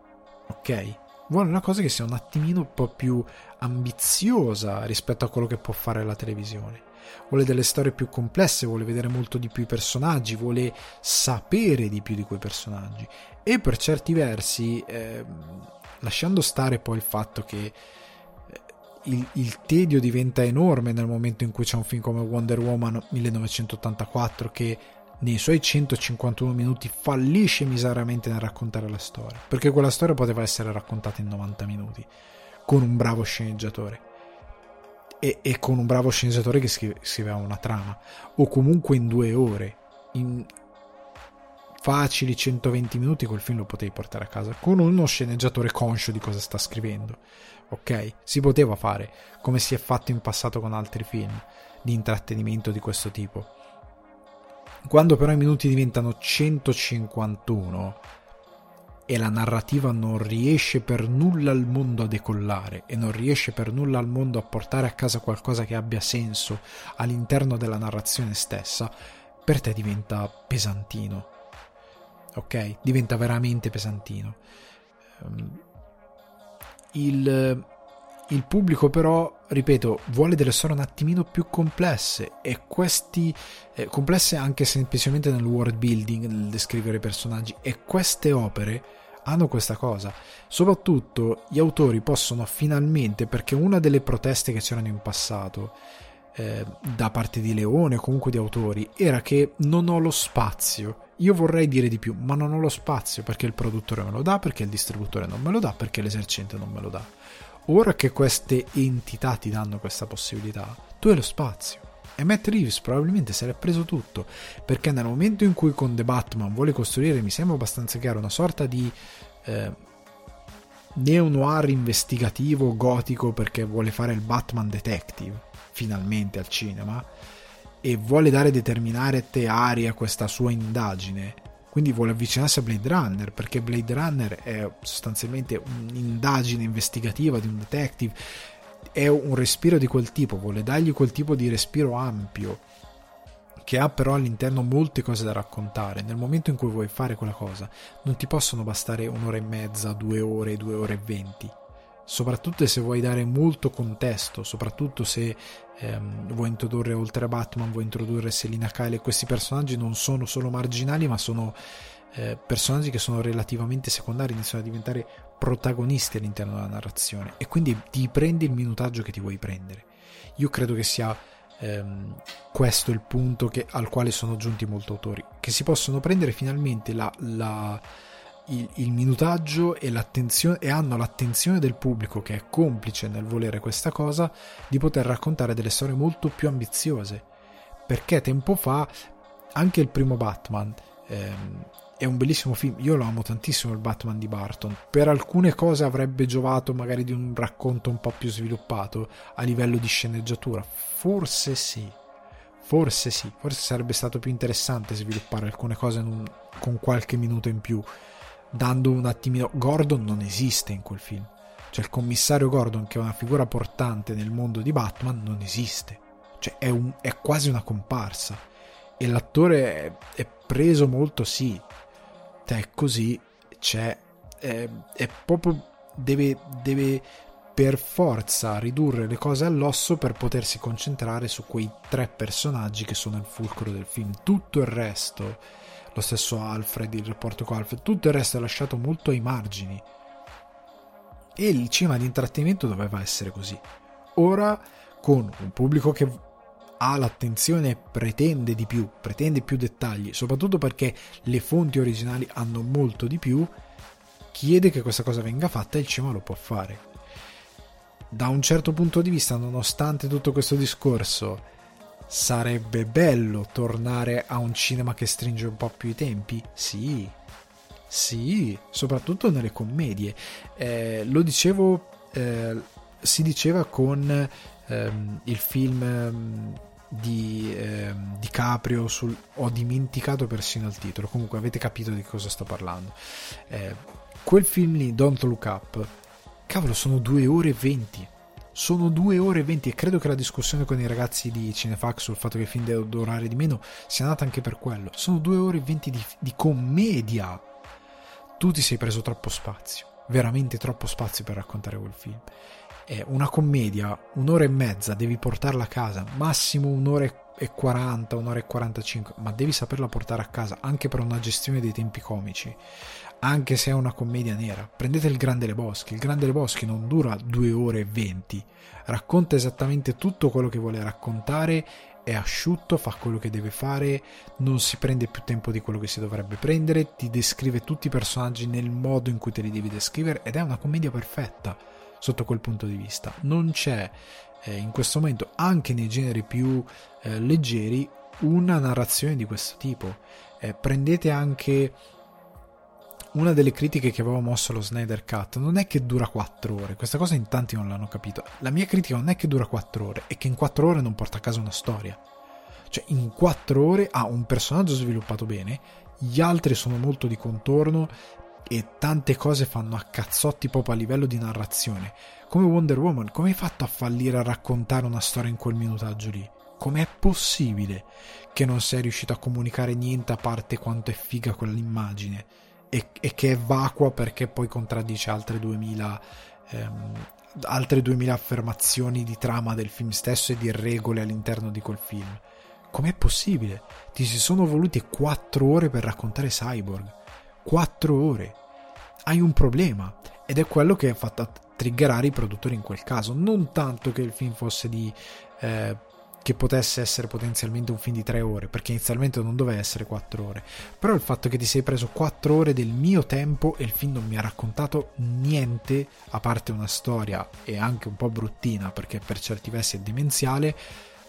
A: Ok? Vuole una cosa che sia un attimino un po' più ambiziosa rispetto a quello che può fare la televisione. Vuole delle storie più complesse, vuole vedere molto di più i personaggi, vuole sapere di più di quei personaggi. E per certi versi, eh, lasciando stare poi il fatto che il, il tedio diventa enorme nel momento in cui c'è un film come Wonder Woman millenovecentottantaquattro che nei suoi centocinquantuno minuti fallisce miseriamente nel raccontare la storia, perché quella storia poteva essere raccontata in novanta minuti con un bravo sceneggiatore e, e con un bravo sceneggiatore che scrive, scriveva una trama, o comunque in due ore, in facili centoventi minuti quel film lo potevi portare a casa con uno sceneggiatore conscio di cosa sta scrivendo. Ok, si poteva fare, come si è fatto in passato con altri film di intrattenimento di questo tipo. Quando però i minuti diventano centocinquantuno e la narrativa non riesce per nulla al mondo a decollare e non riesce per nulla al mondo a portare a casa qualcosa che abbia senso all'interno della narrazione stessa, per te diventa pesantino. Ok? Diventa veramente pesantino. Il... Il pubblico però, ripeto, vuole delle storie un attimino più complesse, e questi eh, complesse anche semplicemente nel world building, nel descrivere i personaggi, e queste opere hanno questa cosa. Soprattutto gli autori possono finalmente, perché una delle proteste che c'erano in passato eh, da parte di Leone o comunque di autori era che non ho lo spazio. Io vorrei dire di più, ma non ho lo spazio, perché il produttore me lo dà, perché il distributore non me lo dà, perché l'esercente non me lo dà. Ora che queste entità ti danno questa possibilità, tu hai lo spazio, e Matt Reeves probabilmente se l'è preso tutto, perché nel momento in cui con The Batman vuole costruire, mi sembra abbastanza chiaro, una sorta di eh, neo-noir investigativo gotico, perché vuole fare il Batman Detective finalmente al cinema e vuole dare determinate aree a questa sua indagine, quindi vuole avvicinarsi a Blade Runner, perché Blade Runner è sostanzialmente un'indagine investigativa di un detective, è un respiro di quel tipo, vuole dargli quel tipo di respiro ampio che ha però all'interno molte cose da raccontare. Nel momento in cui vuoi fare quella cosa non ti possono bastare un'ora e mezza, due ore, due ore e venti, soprattutto se vuoi dare molto contesto, soprattutto se ehm, vuoi introdurre, oltre a Batman, vuoi introdurre Selina Kyle. Questi personaggi non sono solo marginali, ma sono eh, personaggi che sono relativamente secondari, iniziano a diventare protagonisti all'interno della narrazione, e quindi ti prendi il minutaggio che ti vuoi prendere. Io credo che sia ehm, questo il punto che, al quale sono giunti molti autori, che si possono prendere finalmente la, la Il, il minutaggio e l'attenzione, e hanno l'attenzione del pubblico, che è complice nel volere questa cosa, di poter raccontare delle storie molto più ambiziose, perché tempo fa anche il primo Batman ehm, è un bellissimo film, io lo amo tantissimo il Batman di Burton, per alcune cose avrebbe giovato magari di un racconto un po' più sviluppato a livello di sceneggiatura, forse sì forse sì forse sarebbe stato più interessante sviluppare alcune cose in un, con qualche minuto in più, dando un attimino. Gordon non esiste in quel film, cioè il commissario Gordon, che è una figura portante nel mondo di Batman, non esiste, cioè è, un, è quasi una comparsa, e l'attore è, è preso molto, sì, è così, c'è è, è proprio deve, deve per forza ridurre le cose all'osso per potersi concentrare su quei tre personaggi che sono il fulcro del film. Tutto il resto, lo stesso Alfred, il rapporto con Alfred, tutto il resto è lasciato molto ai margini, e il cinema di intrattenimento doveva essere così. Ora, con un pubblico che ha l'attenzione e pretende di più, pretende più dettagli, soprattutto perché le fonti originali hanno molto di più, chiede che questa cosa venga fatta, e il cinema lo può fare. Da un certo punto di vista, nonostante tutto questo discorso, sarebbe bello tornare a un cinema che stringe un po' più i tempi? Sì, sì, soprattutto nelle commedie. Eh, lo dicevo, eh, si diceva con ehm, il film ehm, di ehm, DiCaprio sul, ho dimenticato persino il titolo, comunque avete capito di cosa sto parlando. Eh, quel film lì, Don't Look Up, cavolo, sono due ore e venti. Sono due ore e venti, e credo che la discussione con i ragazzi di Cinefax sul fatto che il film deve durare di meno sia nata anche per quello. Sono due ore e venti di, di commedia. Tu ti sei preso troppo spazio, veramente troppo spazio per raccontare quel film. È una commedia, un'ora e mezza, devi portarla a casa, massimo un'ora e quaranta, un'ora e quarantacinque, ma devi saperla portare a casa, anche per una gestione dei tempi comici. Anche se è una commedia nera, prendete Il Grande Lebowski. Il Grande Lebowski non dura due ore e venti, racconta esattamente tutto quello che vuole raccontare, è asciutto, fa quello che deve fare, non si prende più tempo di quello che si dovrebbe prendere, ti descrive tutti i personaggi nel modo in cui te li devi descrivere, ed è una commedia perfetta sotto quel punto di vista. Non c'è eh, in questo momento, anche nei generi più eh, leggeri, una narrazione di questo tipo. Eh, prendete anche una delle critiche che avevo mosso allo Snyder Cut, non è che dura quattro ore, questa cosa in tanti non l'hanno capito. La mia critica non è che dura quattro ore, è che in quattro ore non porta a casa una storia. Cioè in quattro ore ha un personaggio sviluppato bene, gli altri sono molto di contorno e tante cose fanno a cazzotti proprio a livello di narrazione. Come Wonder Woman, come hai fatto a fallire a raccontare una storia in quel minutaggio lì? Com'è possibile che non sei riuscito a comunicare niente a parte quanto è figa quell'immagine? E, e che è vacua perché poi contraddice altre duemila ehm, altre duemila affermazioni di trama del film stesso e di regole all'interno di quel film. Com'è possibile? Ti si sono volute quattro ore per raccontare Cyborg. Quattro ore. Hai un problema, ed è quello che ha fatto triggerare i produttori in quel caso. Non tanto che il film fosse di eh, che potesse essere potenzialmente un film di tre ore, perché inizialmente non doveva essere quattro ore, però il fatto che ti sei preso quattro ore del mio tempo e il film non mi ha raccontato niente, a parte una storia e anche un po' bruttina perché per certi versi è demenziale,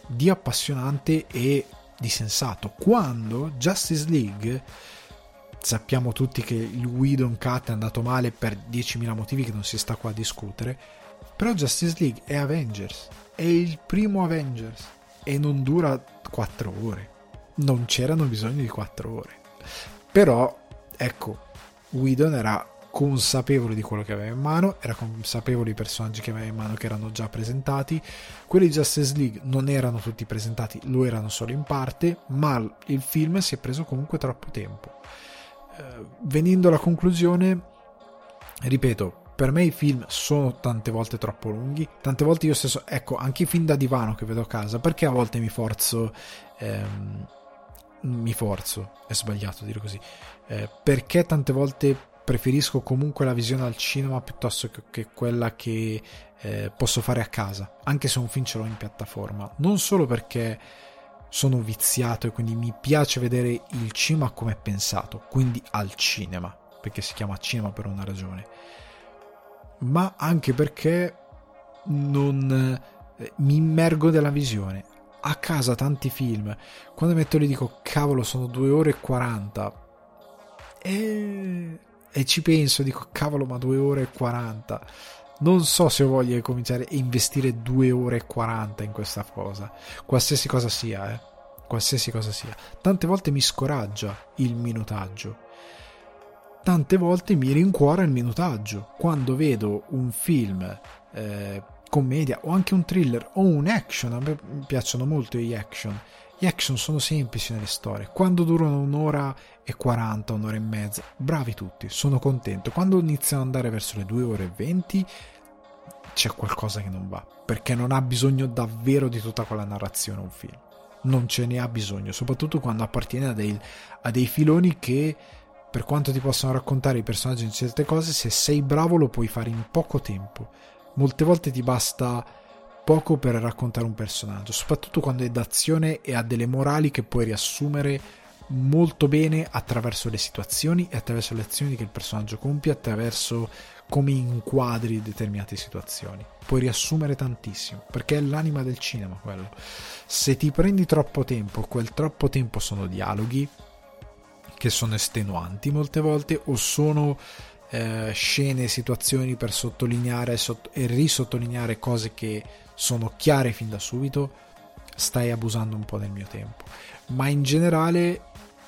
A: di appassionante e di sensato, quando Justice League, sappiamo tutti che il Whedon Cut è andato male per diecimila motivi che non si sta qua a discutere, però Justice League è Avengers, è il primo Avengers e non dura quattro ore, non c'erano bisogno di quattro ore, però ecco, Whedon era consapevole di quello che aveva in mano, era consapevole dei personaggi che aveva in mano, che erano già presentati. Quelli di Justice League non erano tutti presentati, lo erano solo in parte, ma il film si è preso comunque troppo tempo. Eh, venendo alla conclusione, ripeto, per me i film sono tante volte troppo lunghi, tante volte io stesso, ecco, anche i film da divano che vedo a casa, perché a volte mi forzo ehm, mi forzo, è sbagliato dire così, eh, perché tante volte preferisco comunque la visione al cinema piuttosto che, che quella che eh, posso fare a casa, anche se un film ce l'ho in piattaforma, non solo perché sono viziato e quindi mi piace vedere il cinema come è pensato, quindi al cinema, perché si chiama cinema per una ragione, ma anche perché non eh, mi immergo nella visione. A casa tanti film, quando metto lì dico cavolo, sono due ore e quaranta e... e ci penso, dico cavolo, ma due ore e quaranta, non so se voglio cominciare a investire due ore e quaranta in questa cosa, qualsiasi cosa sia, eh qualsiasi cosa sia. Tante volte mi scoraggia il minutaggio, tante volte mi rincuora il minutaggio quando vedo un film eh, commedia o anche un thriller o un action. A me piacciono molto gli action. Gli action sono semplici nelle storie, quando durano un'ora e quaranta, un'ora e mezza, bravi tutti, sono contento. Quando iniziano ad andare verso le due ore e venti c'è qualcosa che non va, perché non ha bisogno davvero di tutta quella narrazione un film, non ce ne ha bisogno, soprattutto quando appartiene a dei, a dei filoni che, per quanto ti possano raccontare i personaggi in certe cose, se sei bravo lo puoi fare in poco tempo. Molte volte ti basta poco per raccontare un personaggio, soprattutto quando è d'azione e ha delle morali che puoi riassumere molto bene attraverso le situazioni e attraverso le azioni che il personaggio compie, attraverso come inquadri determinate situazioni. Puoi riassumere tantissimo, perché è l'anima del cinema quello. Se ti prendi troppo tempo, quel troppo tempo sono dialoghi che sono estenuanti molte volte, o sono eh, scene, situazioni per sottolineare sott- e risottolineare cose che sono chiare fin da subito, stai abusando un po' del mio tempo. Ma in generale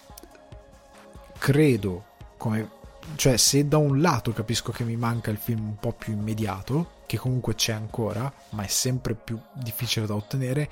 A: credo, come, cioè, se da un lato capisco che mi manca il film un po' più immediato, che comunque c'è ancora, ma è sempre più difficile da ottenere,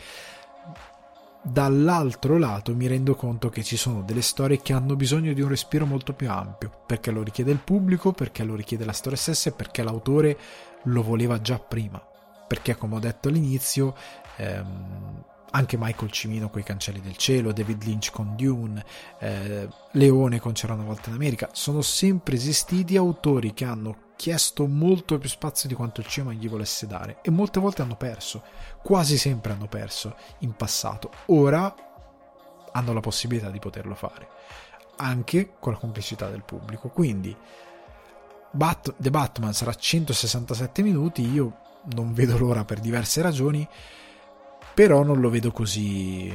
A: dall'altro lato mi rendo conto che ci sono delle storie che hanno bisogno di un respiro molto più ampio, perché lo richiede il pubblico, perché lo richiede la storia stessa e perché l'autore lo voleva già prima, perché, come ho detto all'inizio, ehm, anche Michael Cimino con I Cancelli del Cielo, David Lynch con Dune, eh, Leone con C'era una volta in America, sono sempre esistiti autori che hanno chiesto molto più spazio di quanto il cinema gli volesse dare, e molte volte hanno perso, quasi sempre hanno perso in passato. Ora hanno la possibilità di poterlo fare, anche con la complicità del pubblico. Quindi Bat- The Batman sarà centosessantasette minuti, io non vedo l'ora per diverse ragioni, però non lo vedo così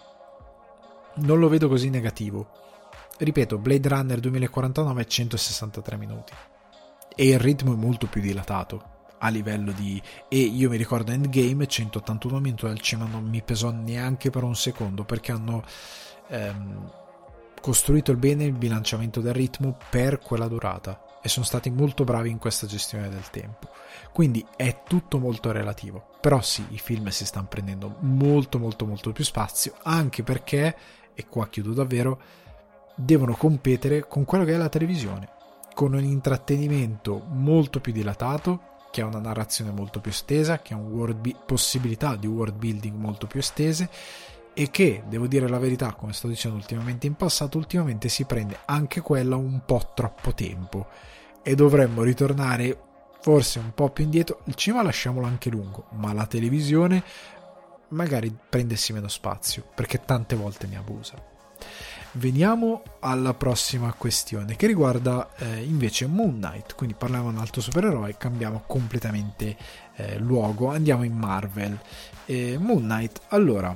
A: non lo vedo così negativo. Ripeto, Blade Runner duemilaquarantanove è centosessantatré minuti e il ritmo è molto più dilatato a livello di, e io mi ricordo Endgame centottantuno minuti al cinema non mi pesò neanche per un secondo, perché hanno ehm, costruito il bene il bilanciamento del ritmo per quella durata e sono stati molto bravi in questa gestione del tempo. Quindi è tutto molto relativo, però sì, i film si stanno prendendo molto molto molto più spazio, anche perché, e qua chiudo davvero, devono competere con quello che è la televisione, con un intrattenimento molto più dilatato, che ha una narrazione molto più estesa, che ha un world bi- possibilità di world building molto più estese, e che, devo dire la verità, come sto dicendo ultimamente in passato, ultimamente si prende anche quella un po' troppo tempo e dovremmo ritornare forse un po' più indietro. Il cinema lasciamolo anche lungo, ma la televisione magari prendessi meno spazio, perché tante volte ne abusa. Veniamo alla prossima questione che riguarda eh, invece Moon Knight, quindi parliamo di un altro supereroe, cambiamo completamente eh, luogo, andiamo in Marvel. eh, Moon Knight, allora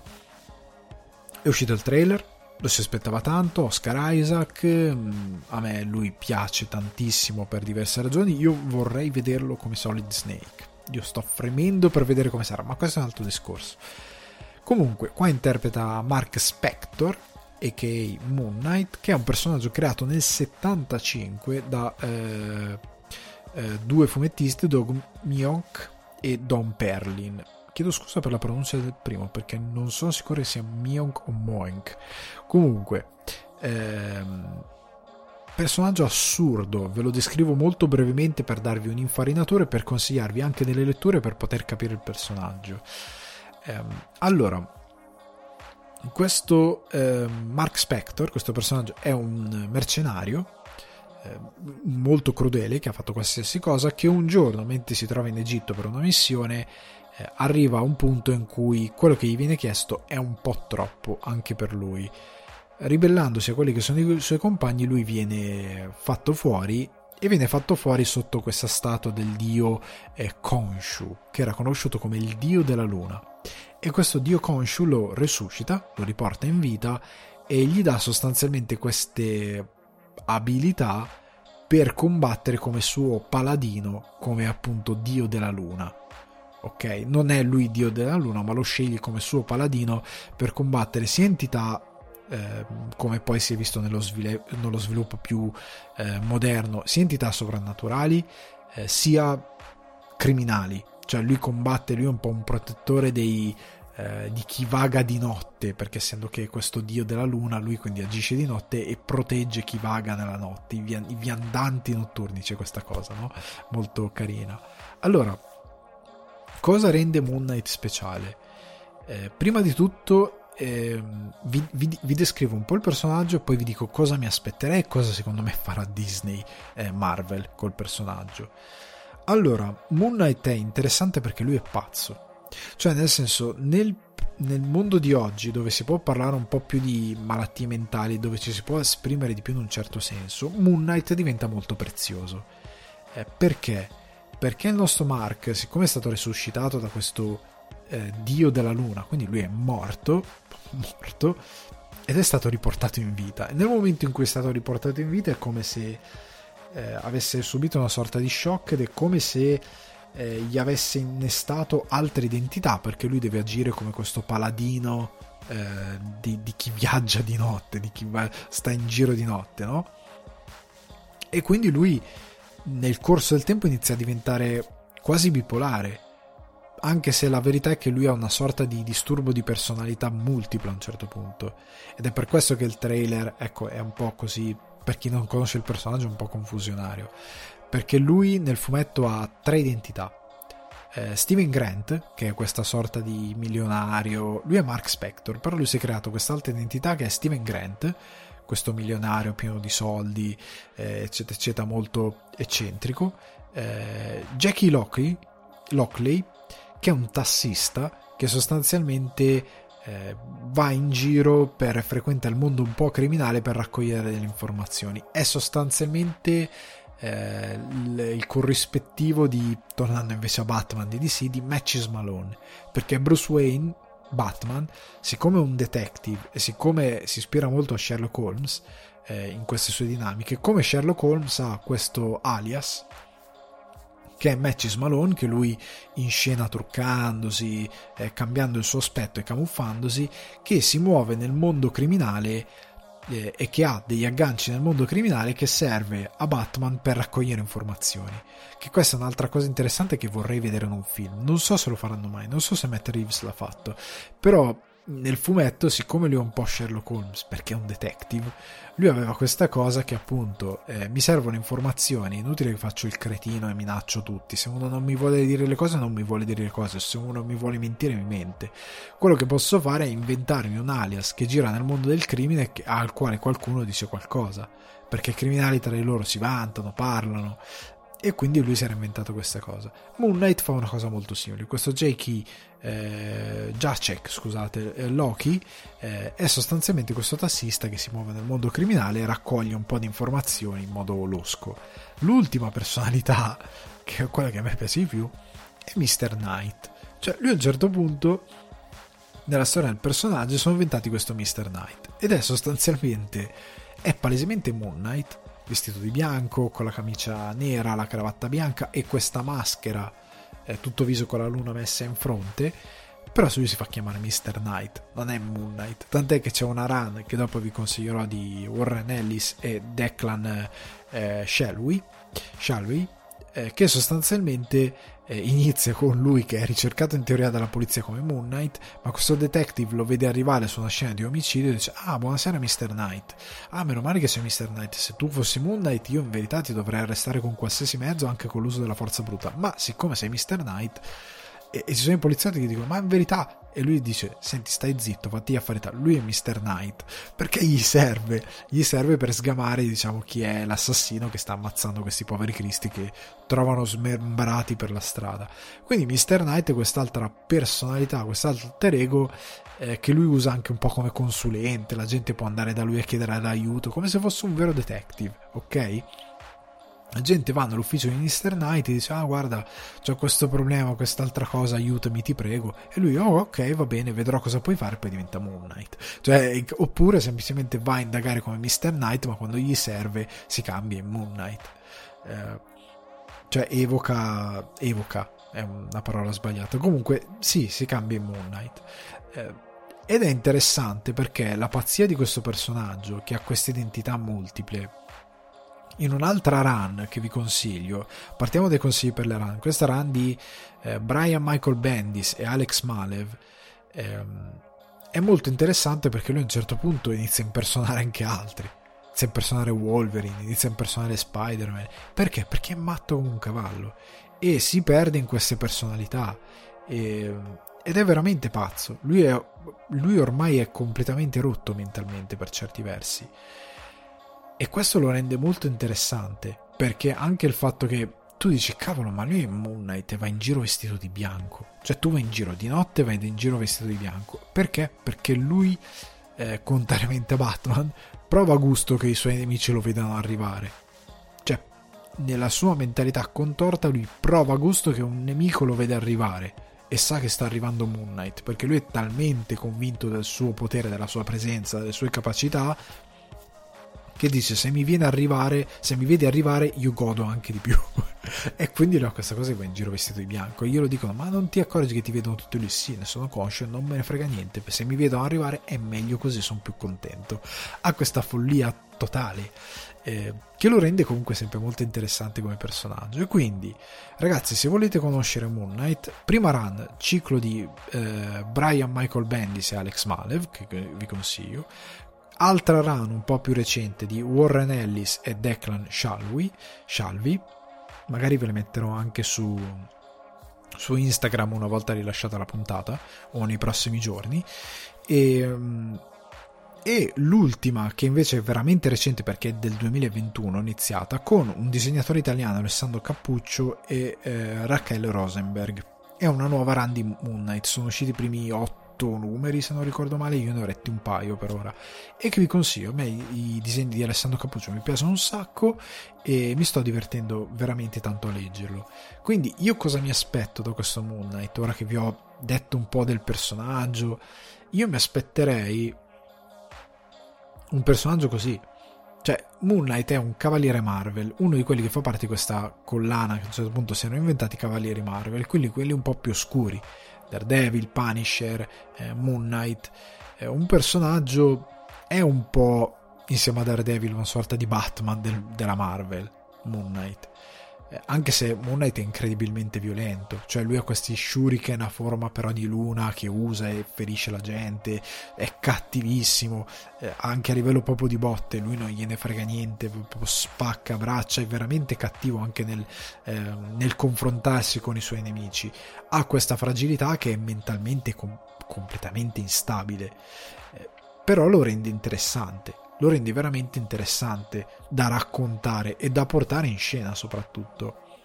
A: è uscito il trailer, lo si aspettava tanto, Oscar Isaac, mh, a me lui piace tantissimo per diverse ragioni, io vorrei vederlo come Solid Snake, io sto fremendo per vedere come sarà, ma questo è un altro discorso. Comunque qua interpreta Mark Spector a k a. Moon Knight, che è un personaggio creato nel settantacinque da eh, eh, due fumettisti, Doug Mahnke e Don Perlin. Chiedo scusa per la pronuncia del primo perché non sono sicuro che sia Mahnke o Mahnke. Comunque ehm, personaggio assurdo, ve lo descrivo molto brevemente per darvi un'infarinatura e per consigliarvi anche delle letture per poter capire il personaggio. ehm, allora Questo eh, Mark Spector, questo personaggio, è un mercenario eh, molto crudele che ha fatto qualsiasi cosa, che un giorno, mentre si trova in Egitto per una missione, eh, arriva a un punto in cui quello che gli viene chiesto è un po' troppo anche per lui. Ribellandosi a quelli che sono i suoi compagni, lui viene fatto fuori e viene fatto fuori sotto questa statua del dio eh, Khonshu, che era conosciuto come il dio della luna. E questo dio Khonshu lo resuscita, lo riporta in vita e gli dà sostanzialmente queste abilità per combattere come suo paladino, come appunto dio della luna. Ok, non è lui dio della luna, ma lo sceglie come suo paladino per combattere sia entità eh, come poi si è visto nello, svile- nello sviluppo più eh, moderno, sia entità sovrannaturali eh, sia criminali. Cioè lui combatte, lui è un po' un protettore dei, eh, di chi vaga di notte, perché essendo che è questo dio della luna, lui quindi agisce di notte e protegge chi vaga nella notte, i, via, i viandanti notturni, c'è questa cosa, no? Molto carina. Allora, cosa rende Moon Knight speciale? Eh, prima di tutto eh, vi, vi, vi descrivo un po' il personaggio e poi vi dico cosa mi aspetterei e cosa secondo me farà Disney eh, Marvel col personaggio. Allora, Moon Knight è interessante perché lui è pazzo, cioè nel senso nel, nel mondo di oggi dove si può parlare un po' più di malattie mentali, dove ci si può esprimere di più in un certo senso, Moon Knight diventa molto prezioso. Eh, perché? Perché il nostro Mark, siccome è stato resuscitato da questo eh, dio della luna, quindi lui è morto, morto ed è stato riportato in vita, e nel momento in cui è stato riportato in vita è come se Eh, avesse subito una sorta di shock ed è come se eh, gli avesse innestato altre identità, perché lui deve agire come questo paladino eh, di, di chi viaggia di notte, di chi va, sta in giro di notte, no? E quindi lui nel corso del tempo inizia a diventare quasi bipolare, anche se la verità è che lui ha una sorta di disturbo di personalità multipla a un certo punto, ed è per questo che il trailer, ecco, è un po' così. Per chi non conosce il personaggio è un po' confusionario, perché lui nel fumetto ha tre identità. eh, Steven Grant, che è questa sorta di milionario, lui è Mark Spector, però lui si è creato quest'altra identità che è Steven Grant, questo milionario pieno di soldi, eh, eccetera eccetera, molto eccentrico. eh, Jackie Lockley, Lockley, che è un tassista che sostanzialmente Eh, va in giro per frequenta il mondo un po' criminale per raccogliere delle informazioni. È sostanzialmente eh, il, il corrispettivo di, tornando invece a Batman di D C, di Matches Malone, perché Bruce Wayne, Batman, siccome è un detective e siccome si ispira molto a Sherlock Holmes eh, in queste sue dinamiche, come Sherlock Holmes ha questo alias che è Matches Malone, che lui inscena truccandosi, eh, cambiando il suo aspetto e camuffandosi, che si muove nel mondo criminale eh, e che ha degli agganci nel mondo criminale che serve a Batman per raccogliere informazioni. Che questa è un'altra cosa interessante che vorrei vedere in un film. Non so se lo faranno mai, non so se Matt Reeves l'ha fatto, però nel fumetto, siccome lui è un po' Sherlock Holmes perché è un detective, lui aveva questa cosa che appunto eh, mi servono informazioni, inutile che faccio il cretino e minaccio tutti, se uno non mi vuole dire le cose non mi vuole dire le cose, se uno mi vuole mentire mi mente. Quello che posso fare è inventarmi un alias che gira nel mondo del crimine al quale qualcuno dice qualcosa, perché i criminali tra di loro si vantano, parlano, e quindi lui si era inventato questa cosa. Moon Knight fa una cosa molto simile. Questo Jake eh, Jacek, scusate, eh, Loki eh, è sostanzialmente questo tassista che si muove nel mondo criminale e raccoglie un po' di informazioni in modo losco. L'ultima personalità, che è quella che a me piace di più, è mister Knight. Cioè lui a un certo punto nella storia del personaggio sono inventati questo mister Knight ed è sostanzialmente, è palesemente Moon Knight vestito di bianco, con la camicia nera, la cravatta bianca e questa maschera, eh, tutto viso con la luna messa in fronte, però lui si fa chiamare mister Knight, non è Moon Knight, tant'è che c'è una run che dopo vi consiglierò di Warren Ellis e Declan eh, Shalvey, Shalvey eh, che sostanzialmente eh, inizia con lui che è ricercato in teoria dalla polizia come Moon Knight, ma questo detective lo vede arrivare su una scena di omicidio e dice: ah, buonasera mister Knight, ah, meno male che sei mister Knight, se tu fossi Moon Knight io in verità ti dovrei arrestare con qualsiasi mezzo, anche con l'uso della forza bruta, ma siccome sei mister Knight, e, e ci sono i poliziotti che dicono: ma in verità, e lui dice: senti, stai zitto, fatti affari. Lui è mister Knight perché gli serve gli serve per sgamare, diciamo, chi è l'assassino che sta ammazzando questi poveri cristi che trovano smembrati per la strada. Quindi mister Knight è quest'altra personalità, quest'altro alter ego eh, che lui usa anche un po' come consulente. La gente può andare da lui a chiedere aiuto come se fosse un vero detective, ok? La gente va all'ufficio di mister Knight e dice: ah, guarda, c'ho questo problema, quest'altra cosa, aiutami, ti prego. E lui: oh, ok, va bene, vedrò cosa puoi fare. Poi diventa Moon Knight. Cioè, oppure semplicemente va a indagare come mister Knight, ma quando gli serve si cambia in Moon Knight. Eh, cioè evoca evoca è una parola sbagliata, comunque sì, si cambia in Moon Knight. Eh, ed è interessante perché la pazzia di questo personaggio, che ha queste identità multiple, in un'altra run che vi consiglio, partiamo dai consigli per le run, questa run di eh, Brian Michael Bendis e Alex Malev ehm, è molto interessante perché lui a un certo punto inizia a impersonare anche altri, inizia a impersonare Wolverine, inizia a impersonare Spider-Man. Perché? Perché è matto come un cavallo e si perde in queste personalità e, ed è veramente pazzo. Lui, è, lui ormai è completamente rotto mentalmente per certi versi. E questo lo rende molto interessante, perché anche il fatto che tu dici: cavolo, ma lui è Moon Knight e va in giro vestito di bianco. Cioè tu vai in giro di notte e vai in giro vestito di bianco. Perché? Perché lui, eh, contrariamente a Batman, prova gusto che i suoi nemici lo vedano arrivare. Cioè, nella sua mentalità contorta, lui prova gusto che un nemico lo vede arrivare e sa che sta arrivando Moon Knight, perché lui è talmente convinto del suo potere, della sua presenza, delle sue capacità, che dice: se mi viene arrivare, se mi vedi arrivare io godo anche di più. E quindi no, questa cosa che va in giro vestito di bianco, e io lo dicono: ma non ti accorgi che ti vedono tutti lì? Sì, ne sono conscio, non me ne frega niente, se mi vedono arrivare è meglio così, sono più contento. Ha questa follia totale eh, che lo rende comunque sempre molto interessante come personaggio. E quindi ragazzi, se volete conoscere Moon Knight, prima run, ciclo di eh, Brian Michael Bendis e Alex Malev, che vi consiglio. Altra run un po' più recente di Warren Ellis e Declan Shalvey, Shalvey. Magari ve le metterò anche su, su Instagram una volta rilasciata la puntata o nei prossimi giorni. E, e l'ultima, che invece è veramente recente perché è del duemilaventuno, iniziata con un disegnatore italiano, Alessandro Cappuccio, e eh, Rachel Rosenberg. È una nuova run di Moon Knight, sono usciti i primi otto numeri se non ricordo male, io ne ho letti un paio per ora e che vi consiglio. A me i disegni di Alessandro Cappuccio mi piacciono un sacco e mi sto divertendo veramente tanto a leggerlo. Quindi io cosa mi aspetto da questo Moon Knight? Ora che vi ho detto un po' del personaggio, io mi aspetterei un personaggio così. Cioè, Moon Knight è un cavaliere Marvel, uno di quelli che fa parte di questa collana che a un certo punto si erano inventati cavalieri Marvel, quelli, quelli un po' più oscuri. Daredevil, Punisher, eh, Moon Knight, eh, un personaggio, è un po' insieme a Daredevil una sorta di Batman del, della Marvel, Moon Knight, eh, anche se Moon Knight è incredibilmente violento, cioè lui ha questi shuriken a forma però di luna che usa e ferisce la gente, è cattivissimo, eh, anche a livello proprio di botte, lui non gliene frega niente, proprio spacca braccia, è veramente cattivo anche nel, eh, nel confrontarsi con i suoi nemici. Ha questa fragilità che è mentalmente com- completamente instabile, eh, però lo rende interessante, lo rende veramente interessante da raccontare e da portare in scena soprattutto.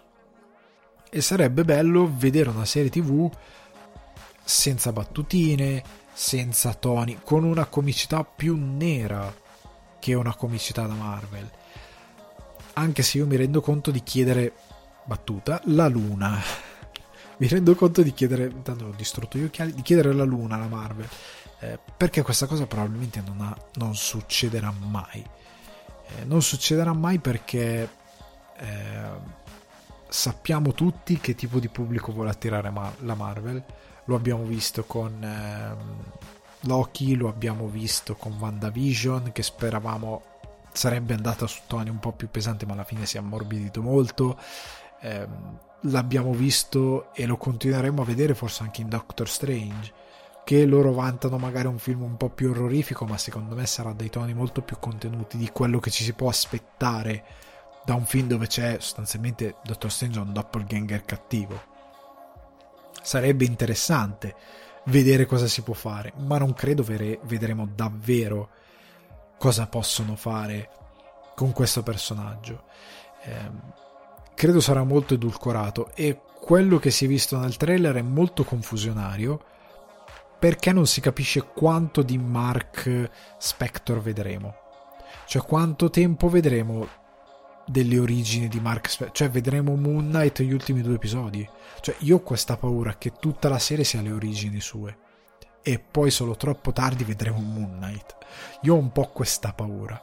A: e sarebbe bello vedere una serie tv senza battutine, senza toni, con una comicità più nera che una comicità da Marvel. Anche se io mi rendo conto di chiedere, battuta, la luna mi rendo conto di chiedere, intanto ho distrutto gli occhiali, di chiedere la luna alla Marvel, eh, perché questa cosa probabilmente non, ha, non succederà mai, eh, non succederà mai perché eh, sappiamo tutti che tipo di pubblico vuole attirare ma- la Marvel. Lo abbiamo visto con eh, Loki, lo abbiamo visto con WandaVision, che speravamo sarebbe andata su toni un po' più pesanti, ma alla fine si è ammorbidito molto. Eh, l'abbiamo visto e lo continueremo a vedere forse anche in Doctor Strange, che loro vantano magari un film un po' più orrorifico, ma secondo me sarà dai toni molto più contenuti di quello che ci si può aspettare da un film dove c'è sostanzialmente Doctor Strange un doppelganger cattivo. Sarebbe interessante vedere cosa si può fare, ma non credo vere- vedremo davvero cosa possono fare con questo personaggio. Eh, credo sarà molto edulcorato, e quello che si è visto nel trailer è molto confusionario, perché non si capisce quanto di Mark Spector vedremo, cioè quanto tempo vedremo delle origini di Mark Spector, cioè vedremo Moon Knight gli ultimi due episodi. Cioè io ho questa paura che tutta la serie sia le origini sue e poi solo troppo tardi vedremo Moon Knight. Io ho un po' questa paura,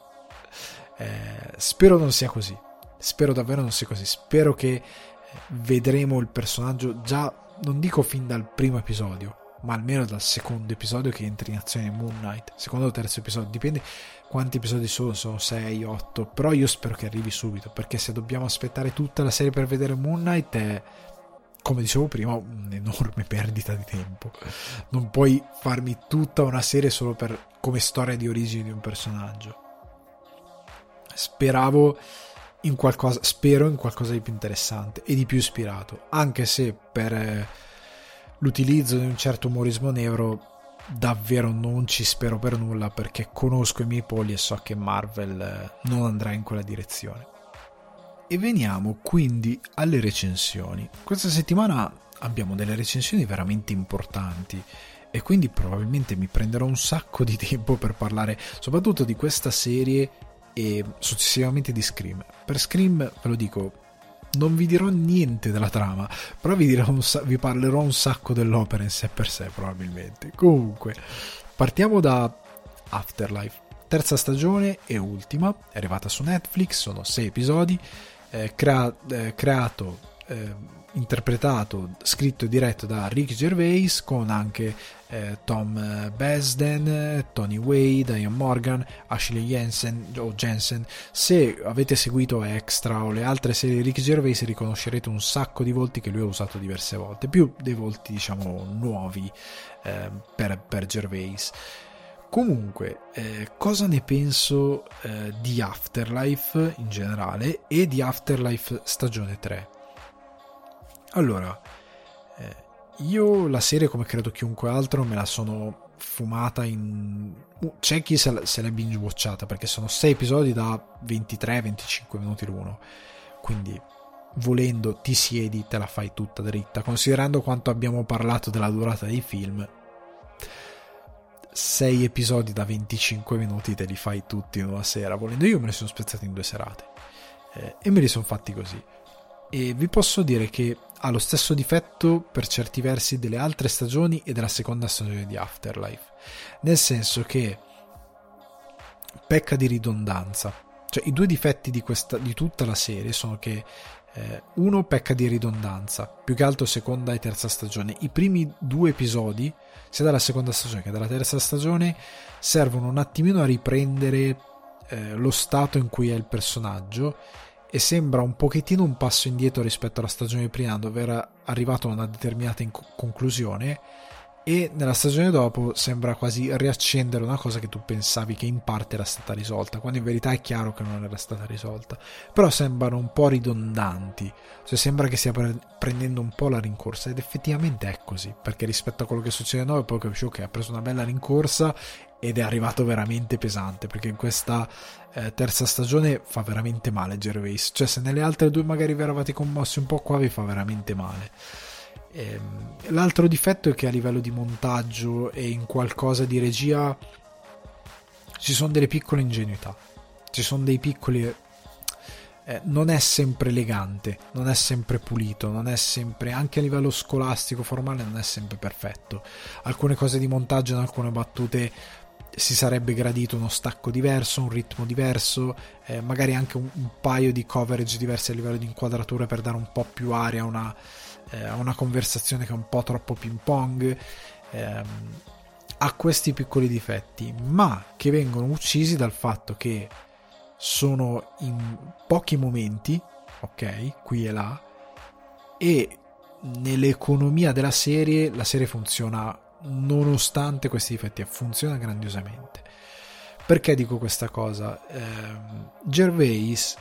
A: eh, spero non sia così, spero davvero non sia così, spero che vedremo il personaggio già, non dico fin dal primo episodio, ma almeno dal secondo episodio che entri in azione Moon Knight, secondo o terzo episodio, dipende quanti episodi sono, sono sei, otto, però io spero che arrivi subito, perché se dobbiamo aspettare tutta la serie per vedere Moon Knight è, come dicevo prima, un'enorme perdita di tempo. Non puoi farmi tutta una serie solo per come storia di origine di un personaggio. Speravo in qualcosa, spero in qualcosa di più interessante e di più ispirato, anche se per eh, l'utilizzo di un certo umorismo nero davvero non ci spero per nulla, perché conosco i miei polli e so che Marvel eh, non andrà in quella direzione. E veniamo quindi alle recensioni. Questa settimana abbiamo delle recensioni veramente importanti e quindi probabilmente mi prenderò un sacco di tempo per parlare soprattutto di questa serie e successivamente di Scream. Per Scream, ve lo dico, non vi dirò niente della trama, però vi, dirò un sa- vi parlerò un sacco dell'opera in sé per sé probabilmente. Comunque, partiamo da Afterlife, terza stagione e ultima, è arrivata su Netflix, sono sei episodi, eh, crea- eh, creato, eh, interpretato, scritto e diretto da Ricky Gervais, con anche eh, Tom Besden, Tony Wade, Ian Morgan, Ashley Jensen o Jensen. Se avete seguito Extra o le altre serie di Ricky Gervais riconoscerete un sacco di volti che lui ha usato diverse volte, più dei volti diciamo nuovi eh, per, per Gervais. Comunque, eh, cosa ne penso eh, di Afterlife in generale e di Afterlife stagione tre? Allora, eh, io la serie, come credo chiunque altro, me la sono fumata in... c'è chi se, se l'è binge watchata, perché sono sei episodi da ventitré venticinque minuti l'uno, quindi volendo ti siedi, te la fai tutta dritta, considerando quanto abbiamo parlato della durata dei film. sei episodi da venticinque minuti te li fai tutti in una sera, volendo. Io me ne sono spezzati in due serate eh, e me li sono fatti così, e vi posso dire che ha lo stesso difetto per certi versi delle altre stagioni e della seconda stagione di Afterlife, nel senso che pecca di ridondanza. Cioè i due difetti di, questa, di tutta la serie sono che eh, uno pecca di ridondanza, più che altro seconda e terza stagione. I primi due episodi, sia dalla seconda stagione che dalla terza stagione, servono un attimino a riprendere eh, lo stato in cui è il personaggio, e sembra un pochettino un passo indietro rispetto alla stagione prima, dove era arrivato a una determinata inc- conclusione, e nella stagione dopo sembra quasi riaccendere una cosa che tu pensavi che in parte era stata risolta, quando in verità è chiaro che non era stata risolta. Però sembrano un po' ridondanti, cioè sembra che stia pre- prendendo un po' la rincorsa, ed effettivamente è così, perché rispetto a quello che succede a noi poi capisco che ha preso una bella rincorsa ed è arrivato veramente pesante, perché in questa eh, terza stagione fa veramente male Gervais, cioè se nelle altre due magari vi eravate commossi un po', qua vi fa veramente male. Ehm, l'altro difetto è che a livello di montaggio e in qualcosa di regia ci sono delle piccole ingenuità, ci sono dei piccoli eh, non è sempre elegante, non è sempre pulito, non è sempre, anche a livello scolastico formale non è sempre perfetto. Alcune cose di montaggio, in alcune battute si sarebbe gradito uno stacco diverso, un ritmo diverso, eh, magari anche un, un paio di coverage diversi a livello di inquadratura per dare un po' più aria a una, eh, a una conversazione che è un po' troppo ping pong. Eh, ha questi piccoli difetti, ma che vengono uccisi dal fatto che sono in pochi momenti, ok, qui e là, e nell'economia della serie la serie funziona nonostante questi difetti, funziona grandiosamente. Perché dico questa cosa? eh, Gervais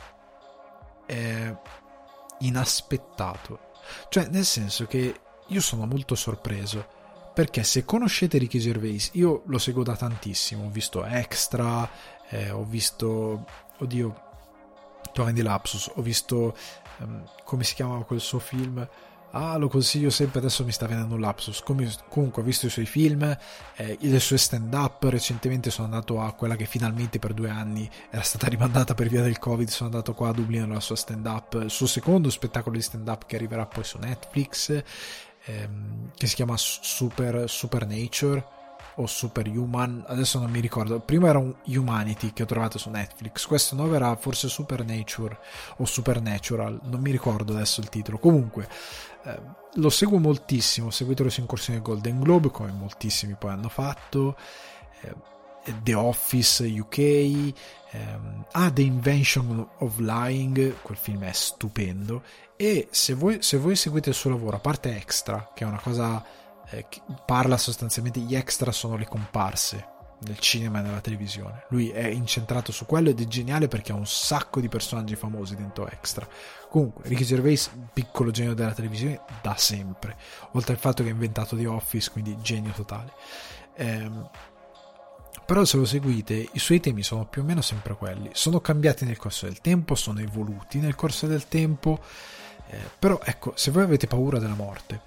A: è inaspettato, cioè nel senso che io sono molto sorpreso, perché se conoscete Ricky Gervais, io lo seguo da tantissimo, ho visto Extra, eh, ho visto, oddio, torni di lapsus, ho visto um, come si chiamava quel suo film, ah lo consiglio sempre, adesso mi sta venendo un lapsus. Come, comunque ho visto i suoi film, eh, le sue stand up, recentemente sono andato a quella che finalmente per due anni era stata rimandata per via del Covid, sono andato qua a Dublino alla sua stand up, il suo secondo spettacolo di stand up che arriverà poi su Netflix, ehm, che si chiama Super Supernature o Superhuman, adesso non mi ricordo, prima era un Humanity che ho trovato su Netflix, questo nuovo era forse Supernature o Supernatural, non mi ricordo adesso il titolo. Comunque eh, lo seguo moltissimo, seguitelo su incursione Golden Globe come moltissimi poi hanno fatto, eh, The Office U K, ehm, ah, The Invention of Lying, quel film è stupendo. E se voi, se voi seguite il suo lavoro, a parte Extra, che è una cosa eh, che parla sostanzialmente, gli extra sono le comparse nel cinema e nella televisione, lui è incentrato su quello ed è geniale perché ha un sacco di personaggi famosi dentro Extra. Comunque Ricky Gervais, piccolo genio della televisione da sempre, oltre al fatto che ha inventato The Office, quindi genio totale. ehm, però se lo seguite i suoi temi sono più o meno sempre quelli, sono cambiati nel corso del tempo, sono evoluti nel corso del tempo, eh, però ecco, se voi avete paura della morte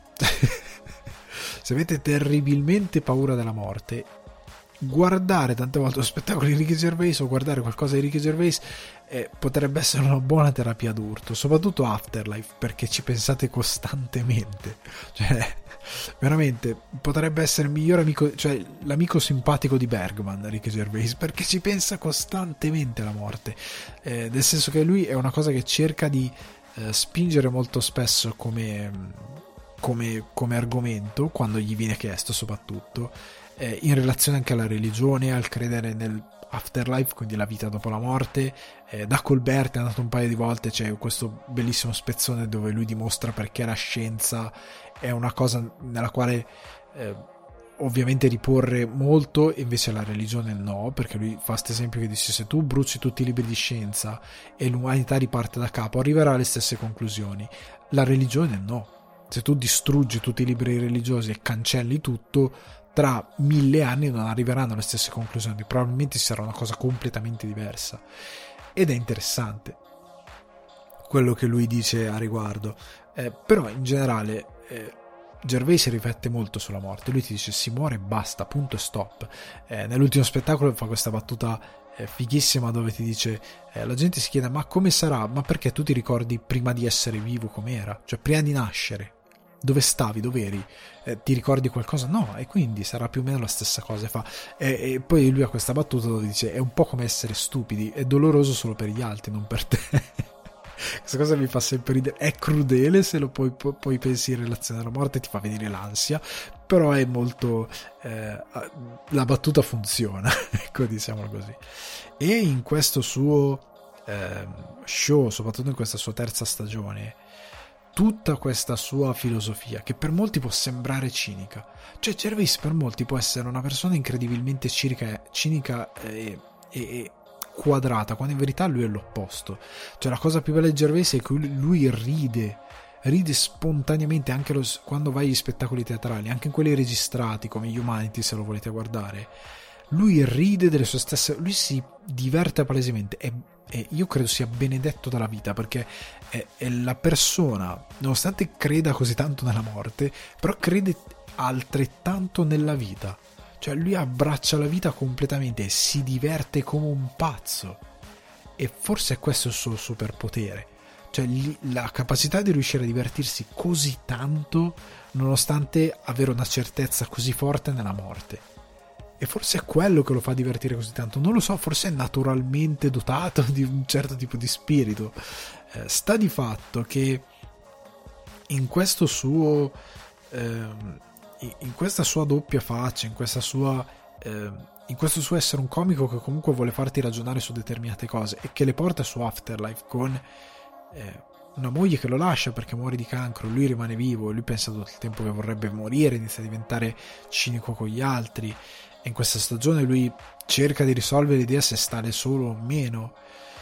A: se avete terribilmente paura della morte, guardare tante volte lo spettacolo di Ricky Gervais o guardare qualcosa di Ricky Gervais eh, potrebbe essere una buona terapia d'urto, soprattutto Afterlife, perché ci pensate costantemente, cioè veramente potrebbe essere il miglior amico, cioè l'amico simpatico di Bergman, Ricky Gervais, perché ci pensa costantemente alla morte, eh, nel senso che lui è una cosa che cerca di eh, spingere molto spesso come Come, come argomento, quando gli viene chiesto, soprattutto eh, in relazione anche alla religione, al credere nel afterlife, quindi la vita dopo la morte. eh, da Colbert è andato un paio di volte, c'è questo bellissimo spezzone dove lui dimostra perché la scienza è una cosa nella quale eh, ovviamente riporre molto e invece la religione no, perché lui fa questo esempio che dice: se tu bruci tutti i libri di scienza e l'umanità riparte da capo, arriverà alle stesse conclusioni. La religione no. Se tu distruggi tutti i libri religiosi e cancelli tutto, tra mille anni non arriveranno alle stesse conclusioni, probabilmente ci sarà una cosa completamente diversa. Ed è interessante quello che lui dice a riguardo, eh, però in generale eh, Gervais si riflette molto sulla morte. Lui ti dice: si muore e basta, punto e stop. Eh, nell'ultimo spettacolo fa questa battuta eh, fighissima dove ti dice eh, la gente si chiede: ma come sarà? Ma perché tu ti ricordi prima di essere vivo com'era? Cioè prima di nascere dove stavi, dove eri, eh, ti ricordi qualcosa? No, e quindi sarà più o meno la stessa cosa. Fa e, e poi lui ha questa battuta dove dice: è un po' come essere stupidi, è doloroso solo per gli altri, non per te. Questa cosa mi fa sempre ridere, è crudele se lo poi, poi pensi in relazione alla morte, ti fa venire l'ansia, però è molto eh, la battuta funziona, ecco, diciamolo così. E in questo suo eh, show, soprattutto in questa sua terza stagione, tutta questa sua filosofia, che per molti può sembrare cinica, cioè Gervais per molti può essere una persona incredibilmente cinica, cinica e, e, e quadrata, quando in verità lui è l'opposto. Cioè la cosa più bella di Gervais è che lui ride ride spontaneamente anche lo, quando vai agli spettacoli teatrali, anche in quelli registrati come Humanity, se lo volete guardare. lui ride delle sue stesse, lui si diverte palesemente e, e io credo sia benedetto dalla vita, perché è, è la persona, nonostante creda così tanto nella morte, però crede altrettanto nella vita. Cioè lui abbraccia la vita completamente e si diverte come un pazzo, e forse è questo il suo superpotere, cioè la capacità di riuscire a divertirsi così tanto nonostante avere una certezza così forte nella morte. E forse è quello che lo fa divertire così tanto, non lo so, forse è naturalmente dotato di un certo tipo di spirito. Eh, sta di fatto che in questo suo ehm, in questa sua doppia faccia, in questa sua eh, in questo suo essere un comico che comunque vuole farti ragionare su determinate cose e che le porta su Afterlife con eh, una moglie che lo lascia perché muore di cancro, lui rimane vivo e lui pensa tutto il tempo che vorrebbe morire, inizia a diventare cinico con gli altri, e in questa stagione lui cerca di risolvere l'idea se stare solo o meno,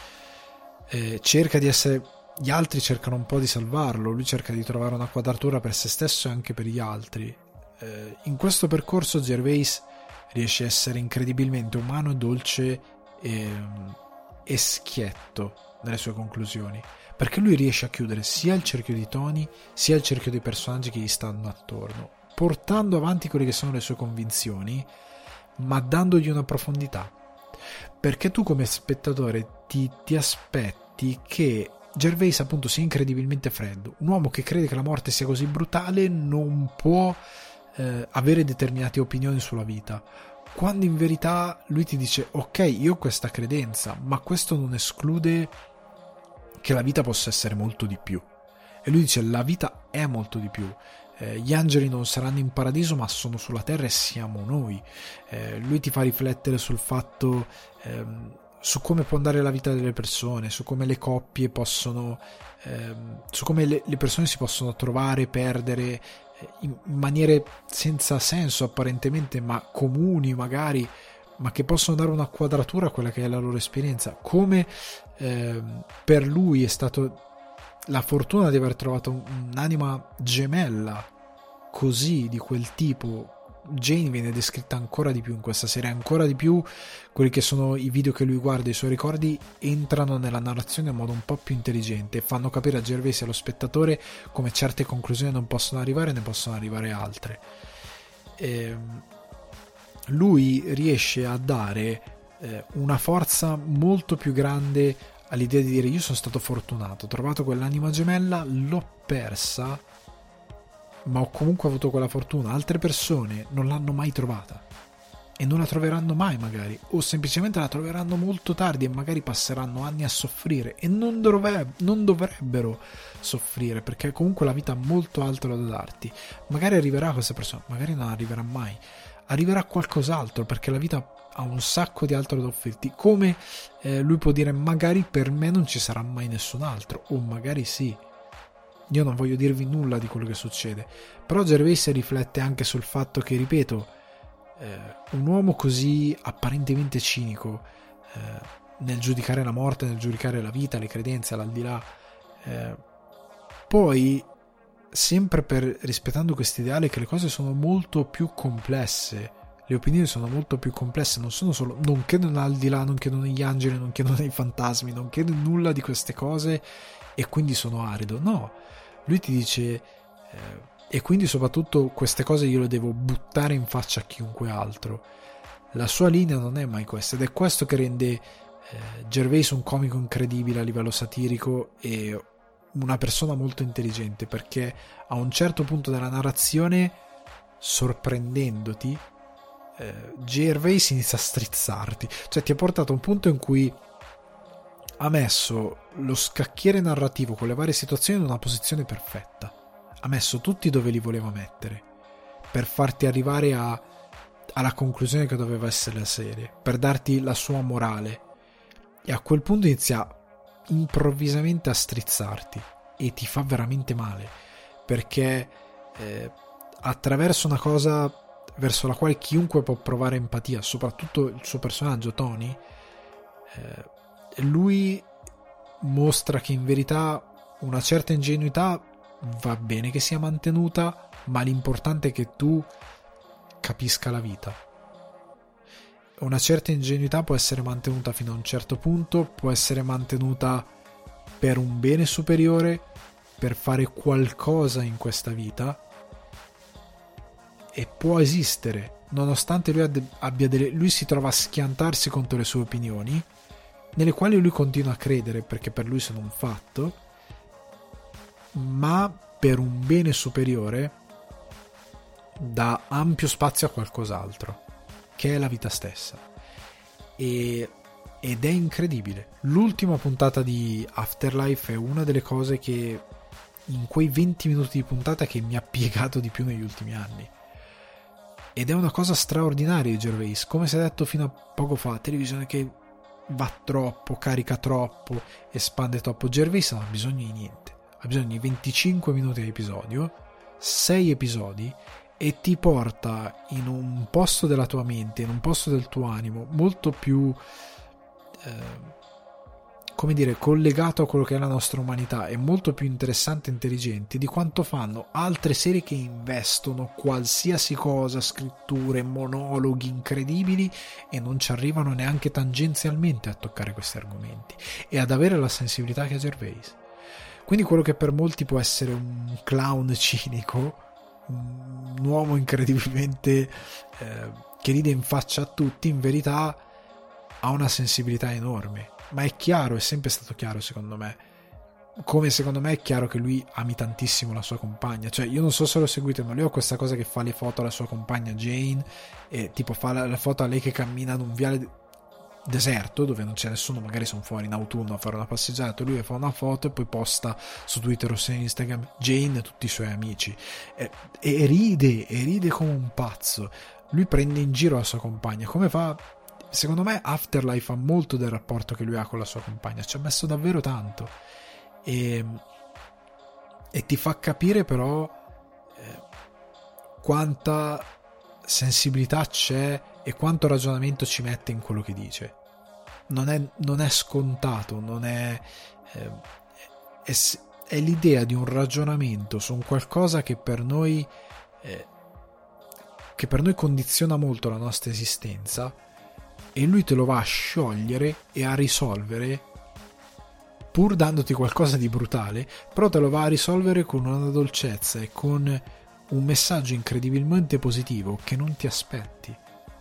A: eh, cerca di essere, gli altri cercano un po' di salvarlo, lui cerca di trovare una quadratura per se stesso e anche per gli altri. Eh, in questo percorso Gervais riesce a essere incredibilmente umano, dolce e, e schietto nelle sue conclusioni, perché lui riesce a chiudere sia il cerchio di Tony sia il cerchio dei personaggi che gli stanno attorno, portando avanti quelle che sono le sue convinzioni, ma dandogli una profondità, perché tu come spettatore ti, ti aspetti che Gervais appunto sia incredibilmente freddo, un uomo che crede che la morte sia così brutale non può eh, avere determinate opinioni sulla vita, quando in verità lui ti dice ok, io ho questa credenza, ma questo non esclude che la vita possa essere molto di più. E lui dice la vita è molto di più, eh, gli angeli non saranno in paradiso ma sono sulla terra e siamo noi. Eh, lui ti fa riflettere sul fatto ehm, su come può andare la vita delle persone, su come le coppie possono ehm, su come le, le persone si possono trovare, perdere in maniere senza senso apparentemente, ma comuni magari, ma che possono dare una quadratura a quella che è la loro esperienza, come eh, per lui è stato la fortuna di aver trovato un'anima gemella così, di quel tipo. Jane viene descritta ancora di più in questa serie, ancora di più quelli che sono i video che lui guarda, i suoi ricordi entrano nella narrazione in modo un po' più intelligente e fanno capire a Gervais e allo spettatore come certe conclusioni non possono arrivare, ne possono arrivare altre. E lui riesce a dare eh, una forza molto più grande all'idea di dire io sono stato fortunato, ho trovato quell'anima gemella, l'ho persa, ma ho comunque avuto quella fortuna. Altre persone non l'hanno mai trovata e non la troveranno mai magari, o semplicemente la troveranno molto tardi e magari passeranno anni a soffrire e non, dovre- non dovrebbero soffrire, perché comunque la vita ha molto altro da darti. Magari arriverà questa persona, magari non arriverà mai, arriverà qualcos'altro, perché la vita ha un sacco di altro da offrirti, come eh, lui può dire magari per me non ci sarà mai nessun altro, o magari sì. Io non voglio dirvi nulla di quello che succede, però Gervais riflette anche sul fatto che, ripeto, eh, un uomo così apparentemente cinico eh, nel giudicare la morte, nel giudicare la vita, le credenze, l'aldilà, eh, poi sempre per rispettando questo ideale che le cose sono molto più complesse, le opinioni sono molto più complesse, non sono solo, non credo nell'aldilà, non credo negli angeli, non credo nei fantasmi, non credo in nulla di queste cose e quindi sono arido, no. Lui ti dice eh, e quindi soprattutto queste cose io le devo buttare in faccia a chiunque altro. La sua linea non è mai questa, ed è questo che rende eh, Gervais un comico incredibile a livello satirico e una persona molto intelligente, perché a un certo punto della narrazione, sorprendendoti, eh, Gervais inizia a strizzarti, cioè ti ha portato a un punto in cui ha messo lo scacchiere narrativo con le varie situazioni in una posizione perfetta, ha messo tutti dove li voleva mettere per farti arrivare a, alla conclusione che doveva essere la serie, per darti la sua morale, e a quel punto inizia improvvisamente a strizzarti e ti fa veramente male, perché eh, attraverso una cosa verso la quale chiunque può provare empatia, soprattutto il suo personaggio Tony, eh, lui mostra che in verità una certa ingenuità va bene che sia mantenuta, ma l'importante è che tu capisca la vita. una certa ingenuità può essere mantenuta fino a un certo punto, può essere mantenuta per un bene superiore, per fare qualcosa in questa vita, e può esistere nonostante lui abbia delle, lui si trova a schiantarsi contro le sue opinioni, nelle quali lui continua a credere perché per lui sono un fatto, ma per un bene superiore dà ampio spazio a qualcos'altro, che è la vita stessa. E, ed è incredibile. L'ultima puntata di Afterlife è una delle cose che in quei venti minuti di puntata che mi ha piegato di più negli ultimi anni. Ed è una cosa straordinaria di Gervais, come si è detto fino a poco fa, televisione che va troppo, carica troppo, espande troppo. Gervais non ha bisogno di niente, ha bisogno di venticinque minuti di episodio, sei episodi, e ti porta in un posto della tua mente, in un posto del tuo animo molto più eh, come dire, collegato a quello che è la nostra umanità, e molto più interessante e intelligente di quanto fanno altre serie che investono qualsiasi cosa, scritture, monologhi incredibili, e non ci arrivano neanche tangenzialmente a toccare questi argomenti e ad avere la sensibilità che ha Gervais. Quindi quello che per molti può essere un clown cinico, un uomo incredibilmente eh, che ride in faccia a tutti, in verità ha una sensibilità enorme. Ma è chiaro, è sempre stato chiaro secondo me, come secondo me è chiaro che lui ami tantissimo la sua compagna. Cioè, io non so se lo seguite, ma lui ha questa cosa che fa le foto alla sua compagna Jane, e tipo fa la, la foto a lei che cammina in un viale deserto dove non c'è nessuno, magari sono fuori in autunno a fare una passeggiata, lui fa una foto e poi posta su Twitter o su Instagram Jane e tutti i suoi amici, e, e ride e ride come un pazzo. Lui prende in giro la sua compagna, come fa. Secondo me Afterlife fa molto del rapporto che lui ha con la sua compagna, ci ha messo davvero tanto, e, e ti fa capire però eh, quanta sensibilità c'è e quanto ragionamento ci mette in quello che dice. Non è, non è scontato, non è, eh, è, è l'idea di un ragionamento su un qualcosa che per noi eh, che per noi condiziona molto la nostra esistenza, e lui te lo va a sciogliere e a risolvere, pur dandoti qualcosa di brutale, però te lo va a risolvere con una dolcezza e con un messaggio incredibilmente positivo che non ti aspetti.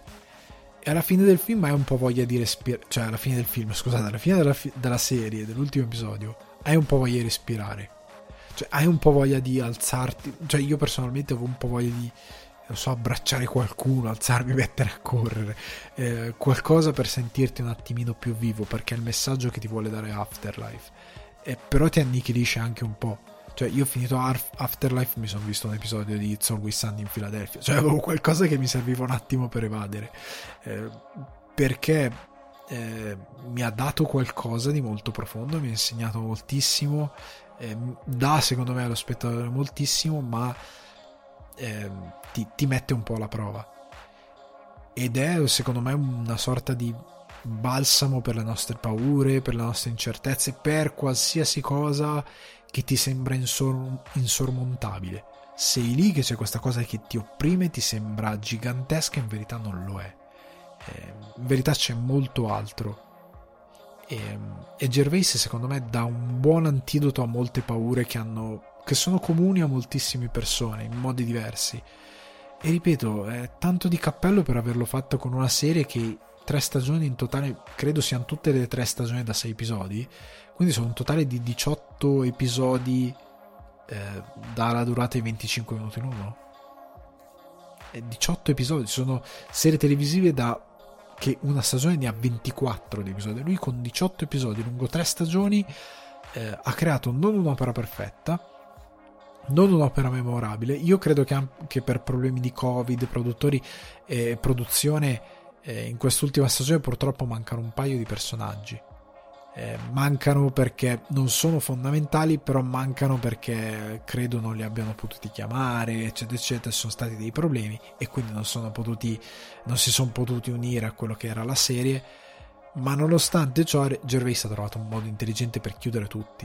A: E alla fine del film hai un po' voglia di respirare, cioè alla fine del film, scusate, alla fine della, fi- della serie, dell'ultimo episodio, hai un po' voglia di respirare, cioè hai un po' voglia di alzarti, cioè io personalmente avevo un po' voglia di, non so, abbracciare qualcuno, alzarmi, mettere a correre, eh, qualcosa per sentirti un attimino più vivo, perché è il messaggio che ti vuole dare Afterlife, eh, però ti annichilisce anche un po'. Cioè io ho finito Afterlife, mi sono visto un episodio di It's Always Sunny in Philadelphia, cioè avevo qualcosa che mi serviva un attimo per evadere, eh, perché eh, mi ha dato qualcosa di molto profondo, mi ha insegnato moltissimo, eh, dà secondo me allo spettatore moltissimo, ma eh, ti, ti mette un po' alla prova, ed è secondo me una sorta di balsamo per le nostre paure, per le nostre incertezze, per qualsiasi cosa che ti sembra insor- insormontabile. Sei lì che c'è questa cosa che ti opprime, ti sembra gigantesca, in verità non lo è, eh, in verità c'è molto altro, e, e Gervais secondo me dà un buon antidoto a molte paure che hanno, che sono comuni a moltissime persone in modi diversi. E ripeto, è tanto di cappello per averlo fatto con una serie che tre stagioni in totale, credo siano tutte le tre stagioni da sei episodi, quindi sono un totale di diciotto episodi, eh, dalla durata di venticinque minuti in uno. E diciotto episodi, sono serie televisive da che una stagione ne ha ventiquattro di episodi. Lui con diciotto episodi lungo tre stagioni eh, ha creato non un'opera perfetta, non un'opera memorabile. Io credo che anche per problemi di Covid, produttori e eh, produzione, eh, in quest'ultima stagione purtroppo mancano un paio di personaggi. Eh, mancano perché non sono fondamentali, però mancano perché credo non li abbiano potuti chiamare, eccetera eccetera. Sono stati dei problemi e quindi non sono potuti, non si sono potuti unire a quello che era la serie. Ma nonostante ciò Gervais ha trovato un modo intelligente per chiudere tutti,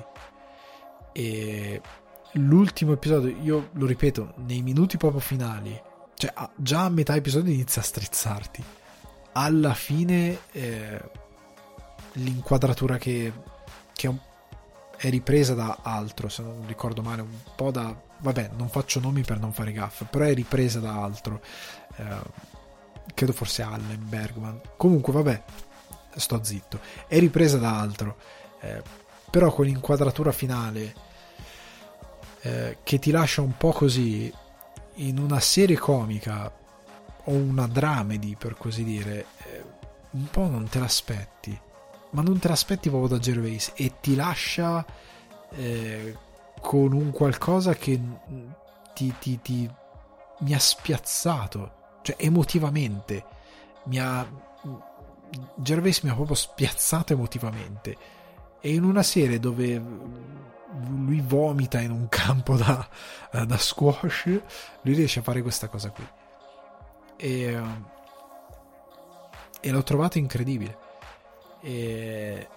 A: e l'ultimo episodio, io lo ripeto, nei minuti proprio finali, cioè già a metà episodio inizia a strizzarti, alla fine eh, l'inquadratura che, che è ripresa da altro, se non ricordo male, un po' da, vabbè, non faccio nomi per non fare gaffe, però è ripresa da altro, eh, credo forse Allen Bergman, comunque vabbè, sto zitto, è ripresa da altro, eh, però quell'inquadratura finale eh, che ti lascia un po' così in una serie comica o una dramedy, per così dire, eh, un po' non te l'aspetti, ma non te l'aspetti proprio da Gervais, e ti lascia eh, con un qualcosa che ti, ti, ti mi ha spiazzato, cioè emotivamente mi ha Gervais mi ha proprio spiazzato emotivamente, e in una serie dove lui vomita in un campo da, da squash, lui riesce a fare questa cosa qui, e, e l'ho trovato incredibile, e,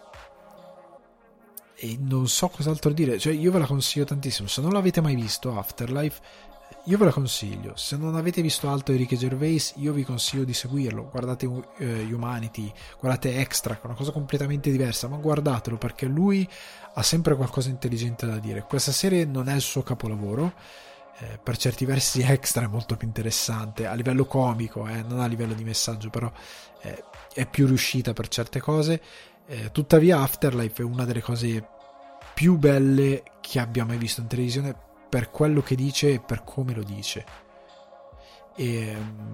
A: e non so cos'altro dire, cioè io ve la consiglio tantissimo. Se non l'avete mai visto Afterlife, io ve la consiglio. Se non avete visto altro di Ricky Gervais, io vi consiglio di seguirlo. Guardate uh, Humanity, guardate Extra, che è una cosa completamente diversa, ma guardatelo, perché lui ha sempre qualcosa intelligente da dire. Questa serie non è il suo capolavoro, eh, per certi versi Extra è molto più interessante a livello comico, eh, non a livello di messaggio, però eh, è più riuscita per certe cose. Eh, tuttavia Afterlife è una delle cose più belle che abbia mai visto in televisione, per quello che dice e per come lo dice, e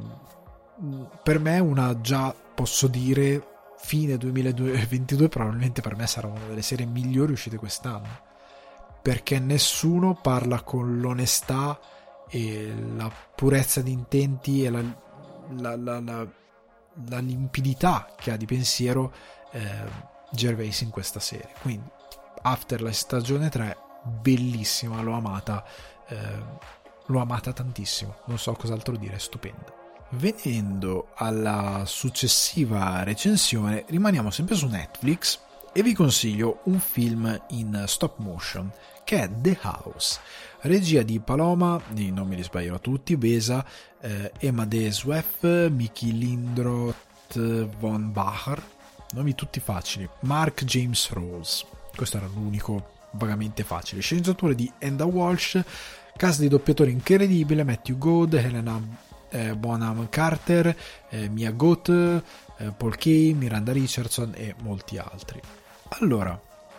A: per me una, già posso dire, fine duemilaventidue probabilmente per me sarà una delle serie migliori uscite quest'anno, perché nessuno parla con l'onestà e la purezza di intenti e la, la, la, la, la limpidità che ha di pensiero eh, Gervais in questa serie. Quindi Afterlife stagione tre, bellissima, l'ho amata, eh, l'ho amata tantissimo, non so cos'altro dire, stupenda. Venendo alla successiva recensione, rimaniamo sempre su Netflix e vi consiglio un film in stop motion che è The House, regia di Paloma, i nomi li sbaglierò tutti, Besa, eh, Emma De Zwef, Miki Lindroth von Bacher, nomi tutti facili, Mark James Rose, questo era l'unico vagamente facile, sceneggiature di Enda Walsh, cast di doppiatori incredibile, Matthew Goode, Helena eh, Bonham Carter, eh, Mia Goth, eh, Paul Kaye, Miranda Richardson e molti altri. Allora,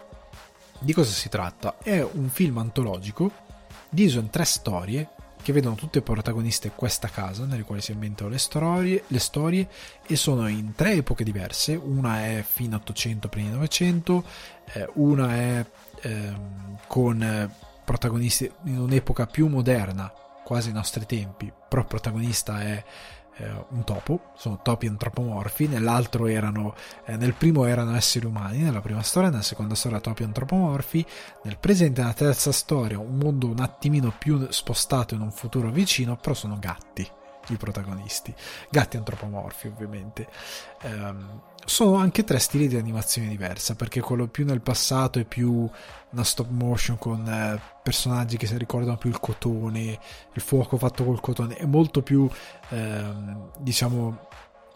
A: di cosa si tratta? È un film antologico diviso in tre storie che vedono tutte protagoniste questa casa nelle quali si ambientano le storie, le storie e sono in tre epoche diverse. Una è fine ottocento, primi novecento, eh, una è ehm, con eh, protagonisti in un'epoca più moderna, quasi ai nostri tempi, però protagonista è eh, un topo, sono topi antropomorfi. Nell'altro erano eh, nel primo erano esseri umani, nella prima storia, nella seconda storia topi antropomorfi, nel presente, nella terza storia un mondo un attimino più spostato in un futuro vicino, però sono gatti i protagonisti, gatti antropomorfi ovviamente. Um, sono anche tre stili di animazione diversa, perché quello più nel passato è più una stop motion con eh, personaggi che si ricordano più il cotone, il fuoco fatto col cotone, è molto più ehm, diciamo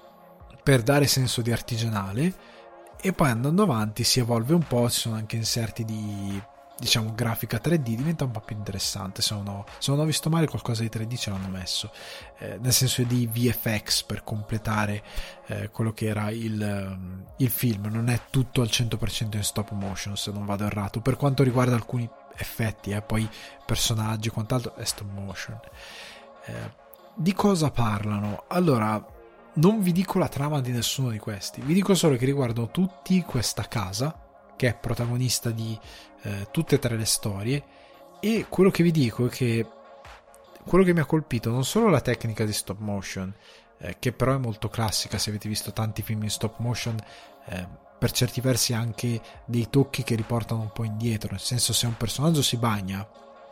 A: per dare senso di artigianale, e poi andando avanti si evolve un po', ci sono anche inserti di diciamo grafica tre D, diventa un po' più interessante. Se non ho, se non ho visto male qualcosa di tre D ce l'hanno messo, eh, nel senso di V F X per completare eh, quello che era il, il film. Non è tutto al cento per cento in stop motion, se non vado errato, per quanto riguarda alcuni effetti, eh, poi personaggi e quant'altro è stop motion. Eh, di cosa parlano? Allora, non vi dico la trama di nessuno di questi, vi dico solo che riguardano tutti questa casa che è protagonista di eh, tutte e tre le storie, e quello che vi dico è che quello che mi ha colpito non solo la tecnica di stop motion, eh, che però è molto classica, se avete visto tanti film in stop motion, eh, per certi versi anche dei tocchi che riportano un po' indietro, nel senso, se un personaggio si bagna,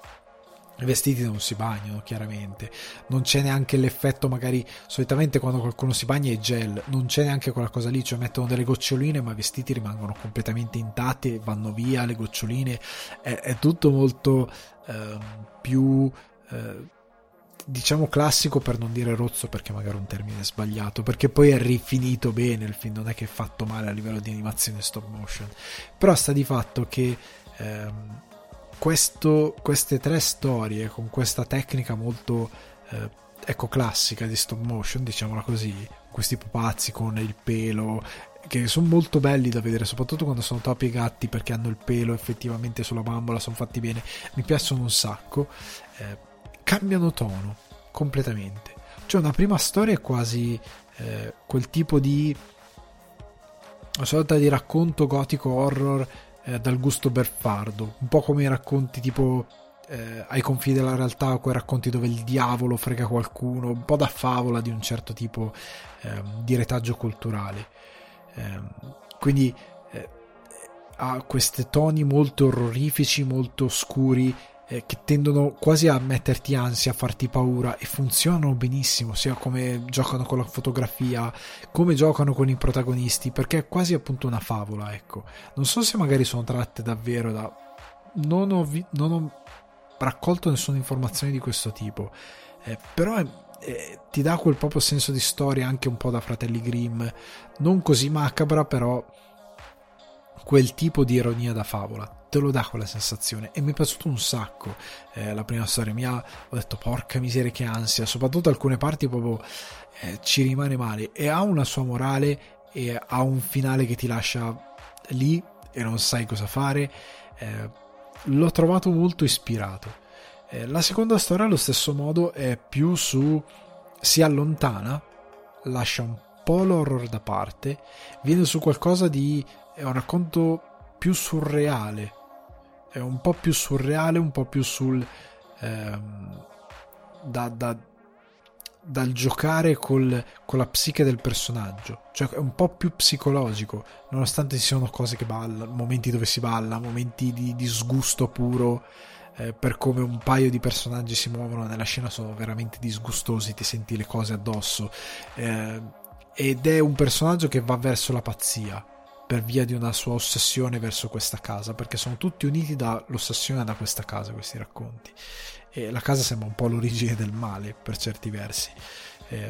A: i vestiti non si bagnano, chiaramente non c'è neanche l'effetto, magari solitamente quando qualcuno si bagna è gel, non c'è neanche quella cosa lì, cioè mettono delle goccioline ma i vestiti rimangono completamente intatti, vanno via le goccioline, è, è tutto molto eh, più eh, diciamo classico, per non dire rozzo, perché magari è un termine sbagliato, perché poi è rifinito bene il film, non è che è fatto male a livello di animazione stop motion, però sta di fatto che ehm, questo, queste tre storie con questa tecnica molto eh, ecco classica di stop motion, diciamola così, questi pupazzi con il pelo che sono molto belli da vedere, soprattutto quando sono topi e gatti, perché hanno il pelo effettivamente sulla bambola, sono fatti bene, mi piacciono un sacco. Eh, cambiano tono completamente, cioè una prima storia è quasi eh, quel tipo di una sorta di racconto gotico horror eh, dal gusto beffardo, un po' come i racconti tipo eh, ai confini della realtà, quei racconti dove il diavolo frega qualcuno, un po' da favola di un certo tipo eh, di retaggio culturale. Eh, quindi eh, ha questi toni molto orrorifici, molto oscuri, eh, che tendono quasi a metterti ansia, a farti paura, e funzionano benissimo, sia come giocano con la fotografia, come giocano con i protagonisti, perché è quasi appunto una favola, ecco. Non so se magari sono tratte davvero da... non ho, vi... non ho raccolto nessuna informazione di questo tipo, eh, però è Eh, ti dà quel proprio senso di storia anche un po' da Fratelli Grimm, non così macabra, però quel tipo di ironia da favola te lo dà quella sensazione, e mi è piaciuto un sacco. Eh, la prima storia mi ha, ho detto porca miseria che ansia, soprattutto alcune parti proprio eh, ci rimane male, e ha una sua morale e ha un finale che ti lascia lì e non sai cosa fare. Eh, l'ho trovato molto ispirato. La seconda storia allo stesso modo è più su, si allontana, lascia un po' l'horror da parte, viene su qualcosa di, è un racconto più surreale, è un po' più surreale, un po' più sul ehm, da, da, dal giocare col, con la psiche del personaggio, cioè è un po' più psicologico, nonostante ci siano cose che ballano, momenti dove si balla, momenti di disgusto puro. Eh, per come un paio di personaggi si muovono nella scena sono veramente disgustosi, ti senti le cose addosso, eh, ed è un personaggio che va verso la pazzia per via di una sua ossessione verso questa casa, perché sono tutti uniti dall'ossessione da questa casa, questi racconti, e la casa sembra un po' l'origine del male per certi versi, eh,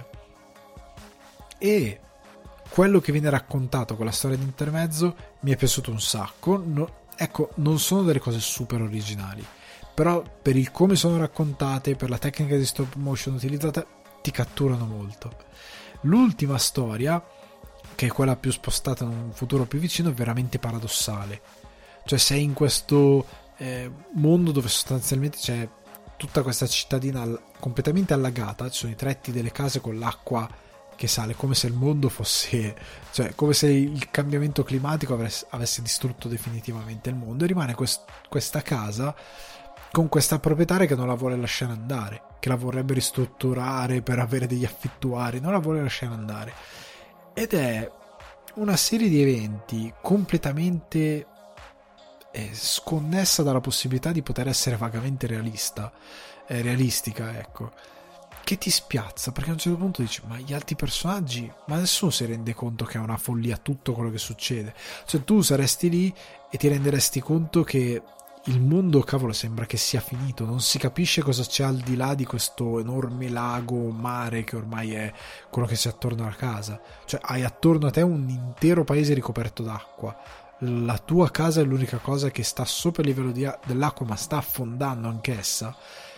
A: e quello che viene raccontato con la storia di intermezzo mi è piaciuto un sacco. No, ecco, non sono delle cose super originali, però per il come sono raccontate, per la tecnica di stop motion utilizzata, ti catturano molto. L'ultima storia, che è quella più spostata in un futuro più vicino, è veramente paradossale, cioè sei in questo eh, mondo dove sostanzialmente c'è tutta questa cittadina all- completamente allagata, ci sono i tetti delle case con l'acqua che sale, come se il mondo fosse, cioè come se il cambiamento climatico avesse, avesse distrutto definitivamente il mondo, e rimane quest- questa casa con questa proprietaria che non la vuole lasciare andare, che la vorrebbe ristrutturare per avere degli affittuari, non la vuole lasciare andare, ed è una serie di eventi completamente eh, sconnessa dalla possibilità di poter essere vagamente realista, eh, realistica, ecco, che ti spiazza, perché a un certo punto dici ma gli altri personaggi, ma nessuno si rende conto che è una follia tutto quello che succede, cioè tu saresti lì e ti renderesti conto che il mondo, cavolo, sembra che sia finito, non si capisce cosa c'è al di là di questo enorme lago, mare che ormai è quello che c'è attorno alla casa, cioè hai attorno a te un intero paese ricoperto d'acqua, la tua casa è l'unica cosa che sta sopra il livello di a- dell'acqua, ma sta affondando anch'essa.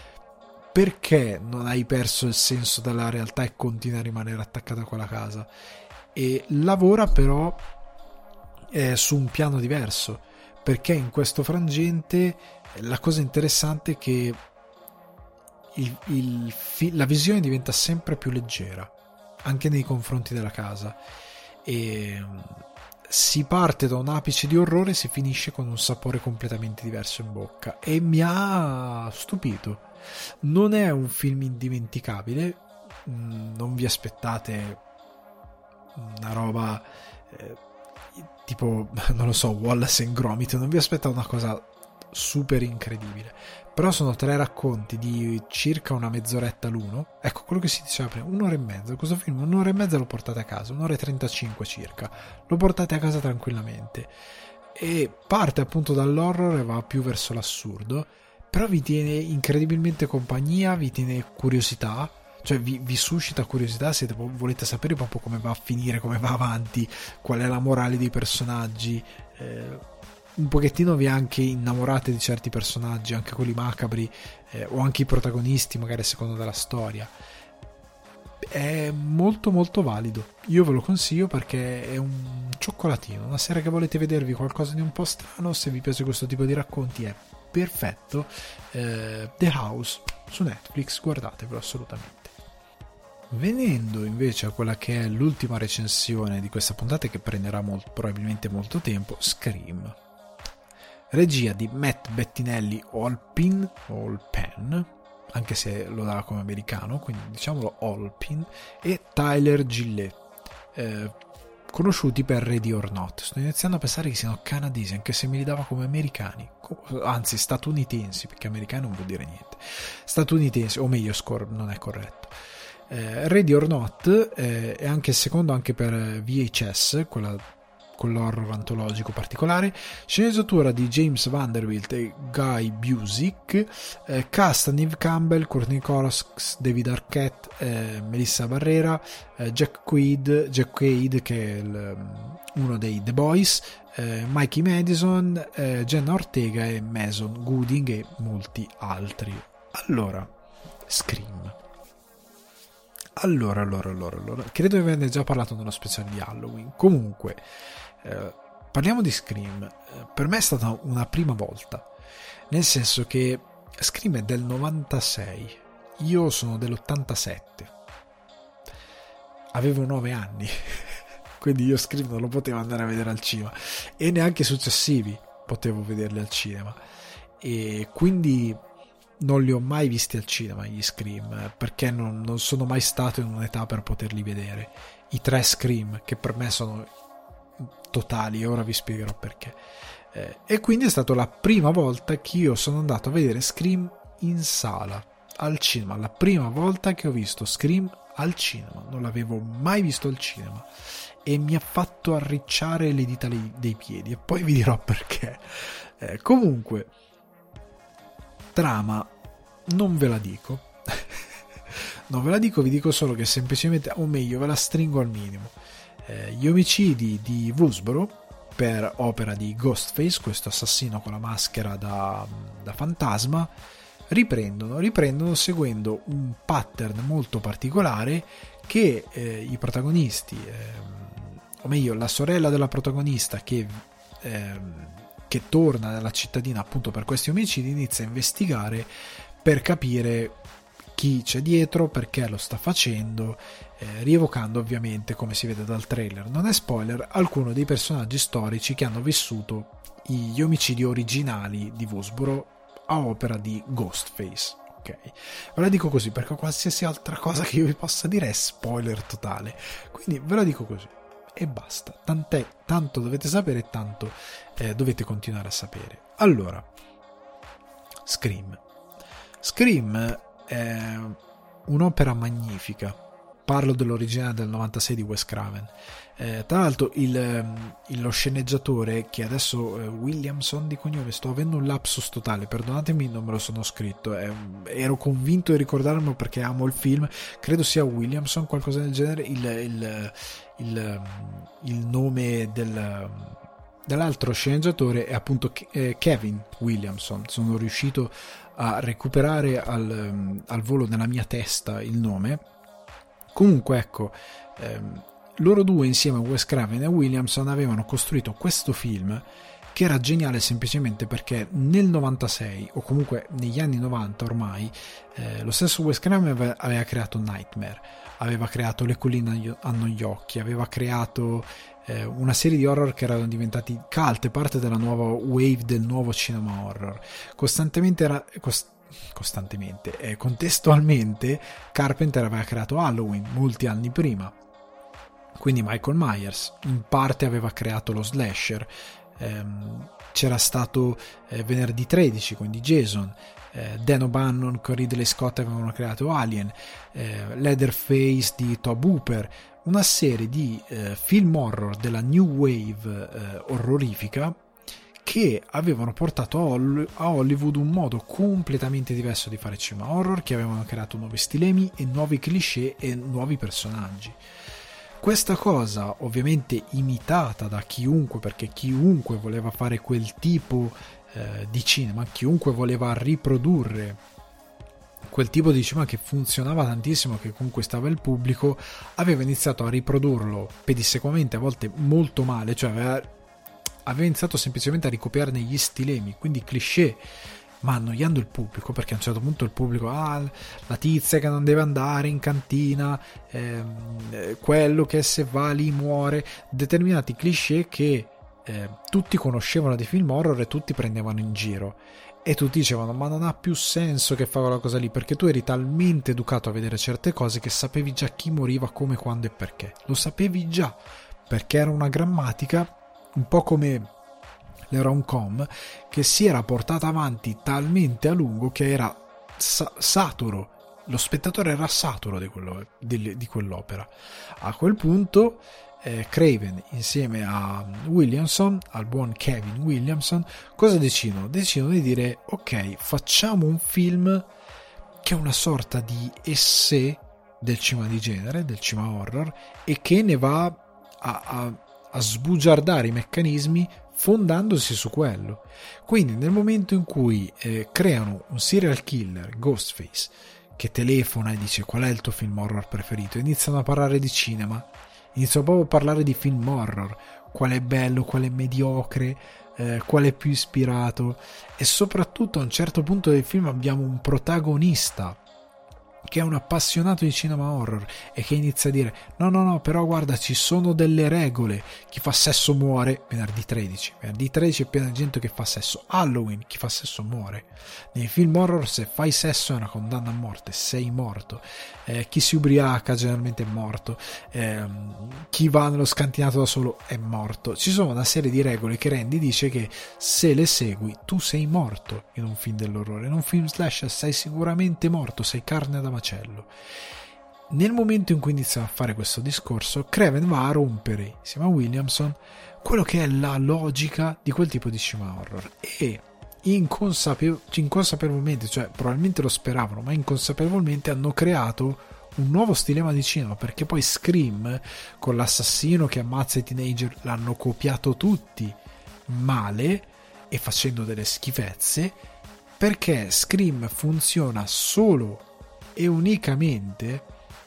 A: Perché non hai perso il senso della realtà e continui a rimanere attaccato a quella casa? E lavora però eh, su un piano diverso, perché in questo frangente la cosa interessante è che il, il, la visione diventa sempre più leggera anche nei confronti della casa, e si parte da un apice di orrore e si finisce con un sapore completamente diverso in bocca, e mi ha stupito. Non è un film indimenticabile, non vi aspettate una roba eh, tipo, non lo so, Wallace and Gromit, non vi aspettate una cosa super incredibile, però sono tre racconti di circa una mezz'oretta l'uno, ecco quello che si diceva prima, un'ora e mezza. Questo film un'ora e mezza lo portate a casa, un'ora e trentacinque circa lo portate a casa tranquillamente, e parte appunto dall'horror e va più verso l'assurdo, però vi tiene incredibilmente compagnia, vi tiene curiosità, cioè vi, vi suscita curiosità, siete, volete sapere proprio come va a finire, come va avanti, qual è la morale dei personaggi, eh, un pochettino vi anche innamorate di certi personaggi, anche quelli macabri, eh, o anche i protagonisti magari a seconda della storia. È molto molto valido, io ve lo consiglio perché è un cioccolatino, una sera che volete vedervi qualcosa di un po' strano, se vi piace questo tipo di racconti è perfetto. eh, The House su Netflix, guardatevelo assolutamente. Venendo invece a quella che è l'ultima recensione di questa puntata, che prenderà molt, probabilmente molto tempo, Scream, regia di Matt Bettinelli Olpin, Olpen, anche se lo dà come americano, quindi diciamolo Olpin, e Tyler Gillett, eh, conosciuti per Ready or Not. Sto iniziando a pensare che siano canadesi, anche se me li dava come americani, anzi statunitensi, perché americano non vuol dire niente, statunitensi, o meglio score, non è corretto. eh, Ready or Not eh, è anche il secondo anche per V H S, quella con l'horror antologico particolare, sceneggiatura di James Vanderbilt e Guy Busick, eh, cast Neve Campbell, Courtney Cox, David Arquette, eh, Melissa Barrera, eh, Jack Quaid, Jack Quaid che è il, uno dei The Boys, eh, Mikey Madison, eh, Jenna Ortega e Mason Gooding e molti altri. Allora, Scream. Allora, allora, allora, allora, credo di averne già parlato nello speciale di Halloween. Comunque, eh, parliamo di Scream. Eh, per me è stata una prima volta, nel senso che Scream è del novantasei, io sono dell'ottantasette, avevo nove anni, quindi io Scream non lo potevo andare a vedere al cinema, e neanche i successivi potevo vederli al cinema, e quindi non li ho mai visti al cinema gli Scream, perché non, non sono mai stato in un'età per poterli vedere. I tre Scream, che per me sono totali, e ora vi spiegherò perché. Eh, e quindi è stata la prima volta che io sono andato a vedere Scream in sala, al cinema. La prima volta che ho visto Scream al cinema, non l'avevo mai visto al cinema, e mi ha fatto arricciare le dita dei piedi, e poi vi dirò perché. Eh, comunque, trama non ve la dico non ve la dico, vi dico solo che semplicemente, o meglio ve la stringo al minimo. Eh, gli omicidi di Woodsboro, per opera di Ghostface, questo assassino con la maschera da, da fantasma, riprendono riprendono seguendo un pattern molto particolare che eh, i protagonisti, eh, o meglio la sorella della protagonista che eh, che torna nella cittadina appunto per questi omicidi, inizia a investigare per capire chi c'è dietro, perché lo sta facendo, eh, rievocando ovviamente, come si vede dal trailer, non è spoiler, alcuni dei personaggi storici che hanno vissuto gli omicidi originali di Woodsboro a opera di Ghostface. Ok, ve la dico così perché qualsiasi altra cosa che io vi possa dire è spoiler totale, quindi ve la dico così e basta. Tant'è, tanto dovete sapere, tanto eh, dovete continuare a sapere. Allora, Scream. Scream è un'opera magnifica. Parlo dell'originale del novantasei di Wes Craven. Eh, tra l'altro il, il, lo sceneggiatore, che adesso è Williamson di cognome, sto avendo un lapsus totale, perdonatemi, non me lo sono scritto, eh, ero convinto di ricordarmelo perché amo il film, credo sia Williamson, qualcosa del genere, il, il, il, il nome del, dell'altro sceneggiatore è appunto Kevin Williamson. Sono riuscito a recuperare al, al volo nella mia testa il nome. Comunque ecco, ehm, loro due insieme a Wes Craven e Williamson avevano costruito questo film che era geniale semplicemente perché nel novantasei, o comunque negli anni novanta ormai, eh, lo stesso Wes Craven aveva, aveva creato Nightmare, aveva creato Le colline hanno gli occhi, aveva creato eh, una serie di horror che erano diventati cult, parte della nuova wave del nuovo cinema horror. Costantemente era... Cost- costantemente e contestualmente Carpenter aveva creato Halloween molti anni prima, quindi Michael Myers in parte aveva creato lo slasher, ehm, c'era stato eh, Venerdì tredici, quindi Jason, eh, Dan O'Bannon con Ridley Scott avevano creato Alien, eh, Leatherface di Tobe Hooper, una serie di eh, film horror della new wave eh, orrorifica che avevano portato a Hollywood un modo completamente diverso di fare cinema horror, che avevano creato nuovi stilemi e nuovi cliché e nuovi personaggi. Questa cosa ovviamente imitata da chiunque, perché chiunque voleva fare quel tipo eh, di cinema, chiunque voleva riprodurre quel tipo di cinema che funzionava tantissimo, che conquistava il pubblico, aveva iniziato a riprodurlo pedissequamente, a volte molto male, cioè aveva, aveva iniziato semplicemente a ricopiarne gli stilemi, quindi cliché, ma annoiando il pubblico, perché a un certo punto il pubblico, ah, la tizia che non deve andare in cantina, ehm, quello che se va lì muore, determinati cliché che eh, tutti conoscevano di film horror e tutti prendevano in giro, e tutti dicevano ma non ha più senso che fa quella cosa lì, perché tu eri talmente educato a vedere certe cose che sapevi già chi moriva, come, quando e perché, lo sapevi già, perché era una grammatica un po' come le rom-com, che si era portata avanti talmente a lungo che era sa- saturo, lo spettatore era saturo di, quello, di, di quell'opera. A quel punto eh, Craven insieme a Williamson, al buon Kevin Williamson, cosa decidono? Decidono di dire ok, facciamo un film che è una sorta di essè del cinema di genere, del cinema horror, e che ne va a, a, a sbugiardare i meccanismi fondandosi su quello. Quindi nel momento in cui eh, creano un serial killer, Ghostface, che telefona e dice qual è il tuo film horror preferito, iniziano a parlare di cinema, iniziano proprio a parlare di film horror, qual è bello, qual è mediocre, eh, qual è più ispirato, e soprattutto a un certo punto del film abbiamo un protagonista che è un appassionato di cinema horror e che inizia a dire no no no però guarda, ci sono delle regole, chi fa sesso muore. Venerdì tredici venerdì tredici è pieno di gente che fa sesso. Halloween, chi fa sesso muore. Nei film horror se fai sesso è una condanna a morte, sei morto. Eh, chi si ubriaca generalmente è morto, eh, chi va nello scantinato da solo è morto. Ci sono una serie di regole che Randy dice che se le segui tu sei morto in un film dell'orrore, in un film slasher sei sicuramente morto, sei carne da macello. Nel momento in cui iniziano a fare questo discorso, Craven va a rompere insieme a Williamson quello che è la logica di quel tipo di cinema horror, e inconsapevo- inconsapevolmente, cioè probabilmente lo speravano, ma inconsapevolmente hanno creato un nuovo stilema di cinema, perché poi Scream con l'assassino che ammazza i teenager l'hanno copiato tutti male e facendo delle schifezze, perché Scream funziona solo e unicamente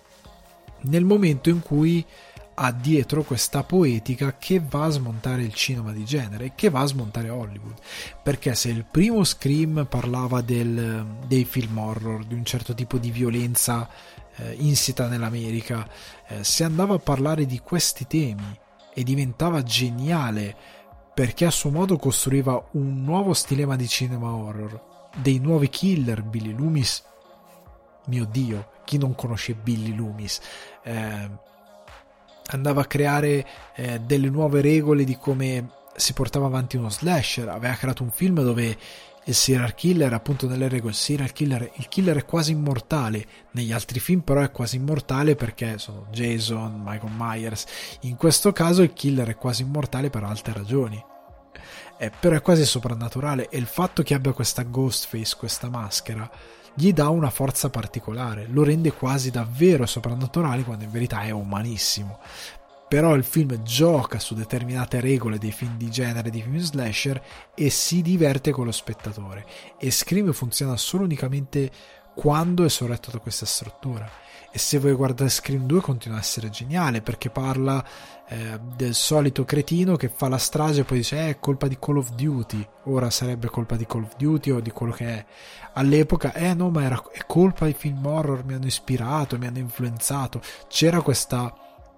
A: nel momento in cui ha dietro questa poetica che va a smontare il cinema di genere, che va a smontare Hollywood. Perché se il primo Scream parlava del, dei film horror, di un certo tipo di violenza eh, insita nell'America, eh, se andava a parlare di questi temi e diventava geniale perché a suo modo costruiva un nuovo stilema di cinema horror, dei nuovi killer. Billy Loomis, mio Dio, chi non conosce Billy Loomis, eh, andava a creare eh, delle nuove regole di come si portava avanti uno slasher. Aveva creato un film dove il serial killer, appunto nelle regole, il serial killer, il killer è quasi immortale, negli altri film però è quasi immortale perché sono Jason, Michael Myers. In questo caso il killer è quasi immortale per altre ragioni, eh, però è quasi soprannaturale, e il fatto che abbia questa Ghostface, questa maschera, gli dà una forza particolare, lo rende quasi davvero soprannaturale quando in verità è umanissimo. Però il film gioca su determinate regole dei film di genere, dei film slasher, e si diverte con lo spettatore, e Scream funziona solo unicamente quando è sorretto da questa struttura. E se vuoi guardare Scream due continua a essere geniale, perché parla eh, del solito cretino che fa la strage e poi dice eh, è colpa di Call of Duty, ora sarebbe colpa di Call of Duty o di quello che è. All'epoca eh no, ma era, è colpa di film horror, mi hanno ispirato, mi hanno influenzato. C'era questa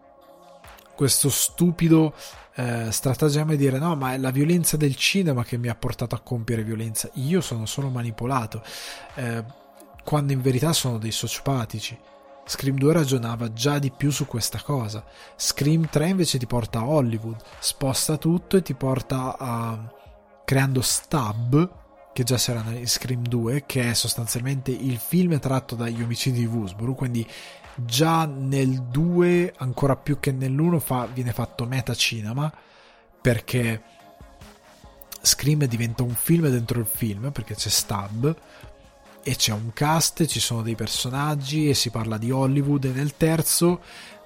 A: questo stupido eh, stratagemma di dire no, ma è la violenza del cinema che mi ha portato a compiere violenza, io sono solo manipolato, eh, quando in verità sono dei sociopatici. Scream due ragionava già di più su questa cosa. Scream tre invece ti porta a Hollywood, sposta tutto e ti porta a creando Stab, che già c'era in Scream due, che è sostanzialmente il film tratto dagli omicidi di Woodsboro, quindi già nel due ancora più che nell'uno fa, viene fatto metacinema, perché Scream diventa un film dentro il film, perché c'è Stab e c'è un cast, ci sono dei personaggi e si parla di Hollywood, e nel terzo,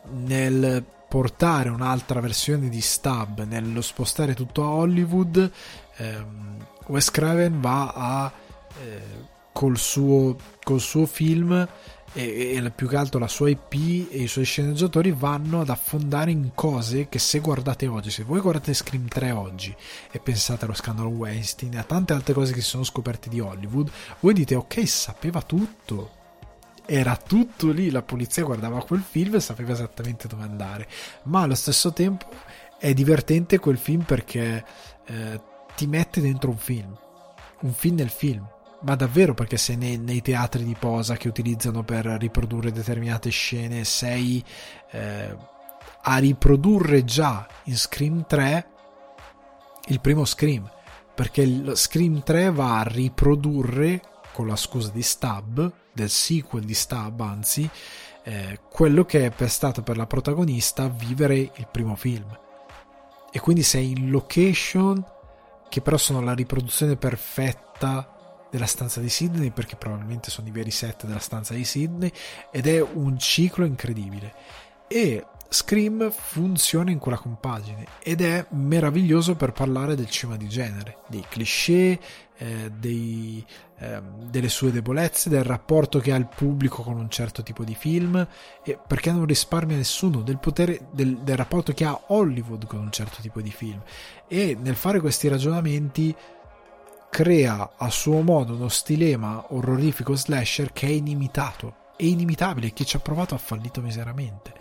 A: nel portare un'altra versione di Stab, nello spostare tutto a Hollywood, ehm, Wes Craven va a eh, col suo col suo film e, e più che altro la sua I P e i suoi sceneggiatori vanno ad affondare in cose che, se guardate oggi, se voi guardate Scream tre oggi e pensate allo scandalo Weinstein e a tante altre cose che si sono scoperte di Hollywood, voi dite ok, sapeva tutto, era tutto lì, la polizia guardava quel film e sapeva esattamente dove andare. Ma allo stesso tempo è divertente quel film perché eh, ti mette dentro un film un film nel film, ma davvero, perché sei nei, nei teatri di posa che utilizzano per riprodurre determinate scene, sei eh, a riprodurre già in Scream tre il primo Scream, perché il Scream tre va a riprodurre, con la scusa di Stab, del sequel di Stab anzi, eh, quello che è per stato per la protagonista vivere il primo film, e quindi sei in location che però sono la riproduzione perfetta della stanza di Sydney, perché probabilmente sono i veri set della stanza di Sydney, ed è un ciclo incredibile. E Scream funziona in quella compagine ed è meraviglioso per parlare del cinema di genere, dei cliché, eh, dei, eh, delle sue debolezze, del rapporto che ha il pubblico con un certo tipo di film, e perché non risparmia nessuno, del potere del, del rapporto che ha Hollywood con un certo tipo di film. E nel fare questi ragionamenti crea a suo modo uno stilema orrorifico slasher che è inimitato, è inimitabile. Chi ci ha provato ha fallito miseramente.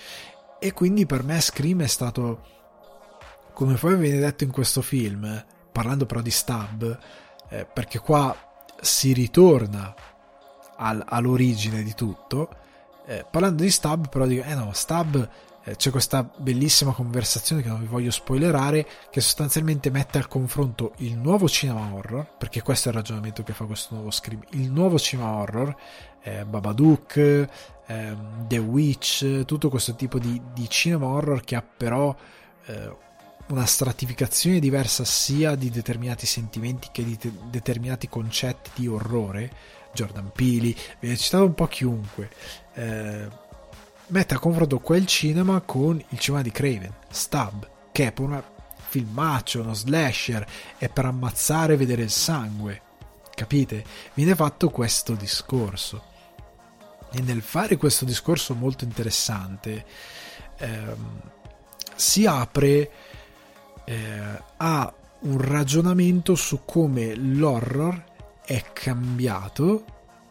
A: E quindi per me Scream è stato, come poi viene detto in questo film, parlando però di Stab, eh, perché qua si ritorna al, all'origine di tutto, eh, parlando di Stab però dico, eh no, Stab, eh, c'è questa bellissima conversazione che non vi voglio spoilerare, che sostanzialmente mette al confronto il nuovo cinema horror, perché questo è il ragionamento che fa questo nuovo Scream, il nuovo cinema horror, eh, Babadook, The Witch, tutto questo tipo di, di cinema horror che ha però eh, una stratificazione diversa sia di determinati sentimenti che di te- determinati concetti di orrore. Jordan Peele, viene citato un po' chiunque, eh, mette a confronto quel cinema con il cinema di Craven, Stab, che è per un filmaccio, uno slasher, è per ammazzare e vedere il sangue, capite? Viene fatto questo discorso. E nel fare questo discorso molto interessante ehm, si apre eh, a un ragionamento su come l'horror è cambiato,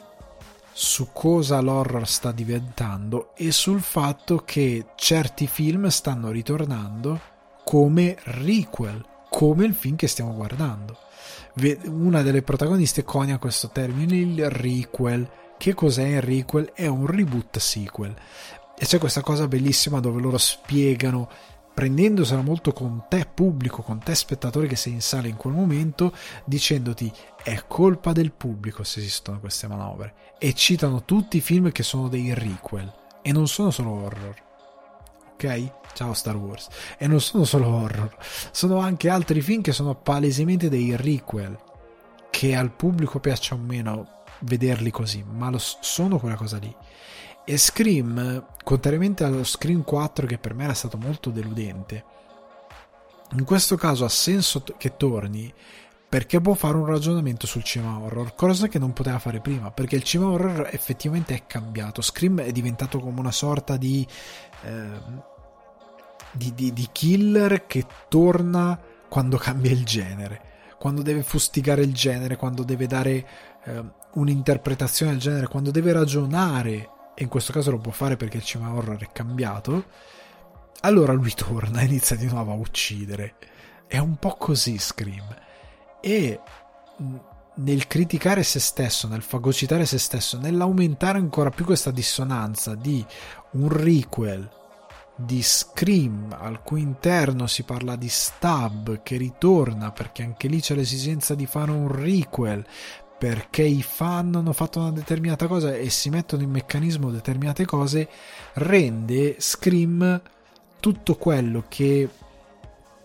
A: su cosa l'horror sta diventando e sul fatto che certi film stanno ritornando come requel, come il film che stiamo guardando. Una delle protagoniste conia questo termine, il requel. Che cos'è il requel? È un reboot sequel, e c'è questa cosa bellissima dove loro spiegano, prendendosela molto con te pubblico, con te spettatore che sei in sala in quel momento, dicendoti è colpa del pubblico se esistono queste manovre, e citano tutti i film che sono dei requel e non sono solo horror, ok? Ciao Star Wars. E non sono solo horror, sono anche altri film che sono palesemente dei requel, che al pubblico piaccia o meno vederli così, ma lo sono quella cosa lì. E Scream, contrariamente allo Scream quattro che per me era stato molto deludente, in questo caso ha senso che torni perché può fare un ragionamento sul cinema horror, cosa che non poteva fare prima, perché il cinema horror effettivamente è cambiato. Scream è diventato come una sorta di eh, di, di, di killer che torna quando cambia il genere, quando deve fustigare il genere, quando deve dare eh, un'interpretazione del genere, quando deve ragionare, e in questo caso lo può fare perché il cinema horror è cambiato. Allora lui torna e inizia di nuovo a uccidere. È un po' così Scream, e nel criticare se stesso, nel fagocitare se stesso, nell'aumentare ancora più questa dissonanza di un requel di Scream al cui interno si parla di Stab che ritorna perché anche lì c'è l'esigenza di fare un requel perché i fan hanno fatto una determinata cosa e si mettono in meccanismo determinate cose, rende Scream tutto quello che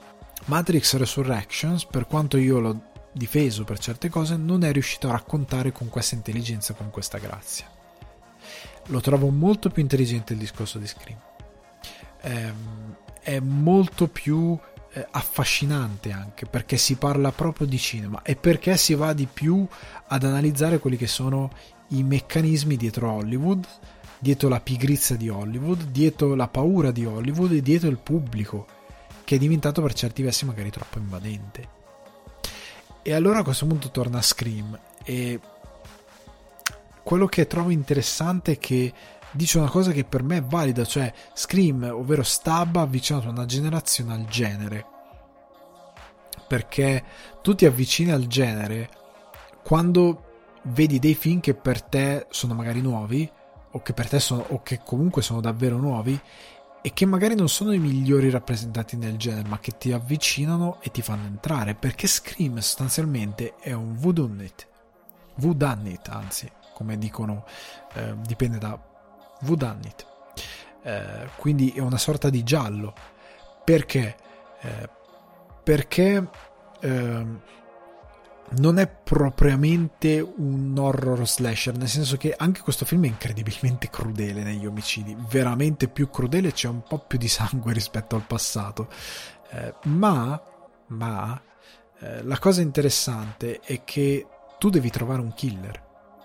A: Matrix Resurrections, per quanto io l'ho difeso per certe cose, non è riuscito a raccontare con questa intelligenza, con questa grazia. Lo trovo molto più intelligente il discorso di Scream, è, è molto più eh, affascinante, anche perché si parla proprio di cinema e perché si va di più ad analizzare quelli che sono i meccanismi dietro Hollywood, dietro la pigrizia di Hollywood, dietro la paura di Hollywood e dietro il pubblico che è diventato per certi versi magari troppo invadente. E allora a questo punto torna Scream, e quello che trovo interessante è che dice una cosa che per me è valida, cioè Scream, ovvero Stab, ha avvicinato una generazione al genere, perché tu ti avvicini al genere quando vedi dei film che per te sono magari nuovi, o che per te sono, o che comunque sono davvero nuovi, e che magari non sono i migliori rappresentanti nel genere, ma che ti avvicinano e ti fanno entrare, perché Scream sostanzialmente è un whodunit, whodunit anzi, come dicono, eh, dipende da whodunit, eh, quindi è una sorta di giallo. Perché? Eh, perché eh, non è propriamente un horror slasher, nel senso che anche questo film è incredibilmente crudele negli omicidi, veramente più crudele, c'è un po' più di sangue rispetto al passato, eh, ma, ma eh, la cosa interessante è che tu devi trovare un killer.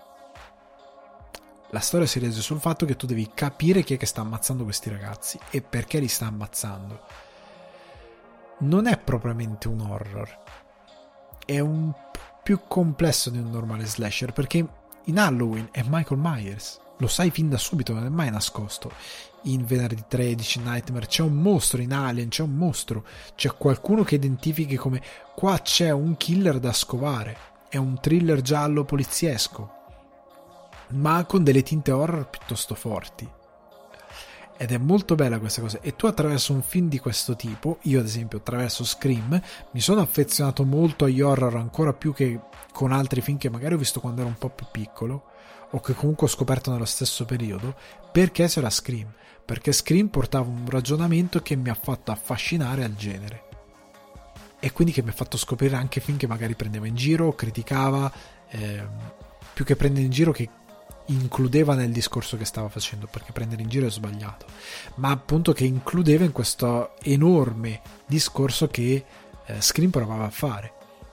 A: La storia si regge sul fatto che tu devi capire chi è che sta ammazzando questi ragazzi e perché li sta ammazzando. Non è propriamente un horror, è un po' più complesso di un normale slasher, perché in Halloween è Michael Myers, lo sai fin da subito, non è mai nascosto. In Venerdì tredici, Nightmare, c'è un mostro, in Alien c'è un mostro, c'è qualcuno che identifichi come qua c'è un killer da scovare. È un thriller giallo poliziesco, ma con delle tinte horror piuttosto forti, ed è molto bella questa cosa. E tu attraverso un film di questo tipo, io ad esempio attraverso Scream mi sono affezionato molto agli horror, ancora più che con altri film che magari ho visto quando ero un po' più piccolo o che comunque ho scoperto nello stesso periodo, perché c'era Scream, perché Scream portava un ragionamento che mi ha fatto affascinare al genere, e quindi che mi ha fatto scoprire anche film che magari prendeva in giro o criticava, eh, più che prendere in giro, che includeva nel discorso che stava facendo, perché prendere in giro è sbagliato, ma appunto che includeva in questo enorme discorso che eh, Scream provava a fare.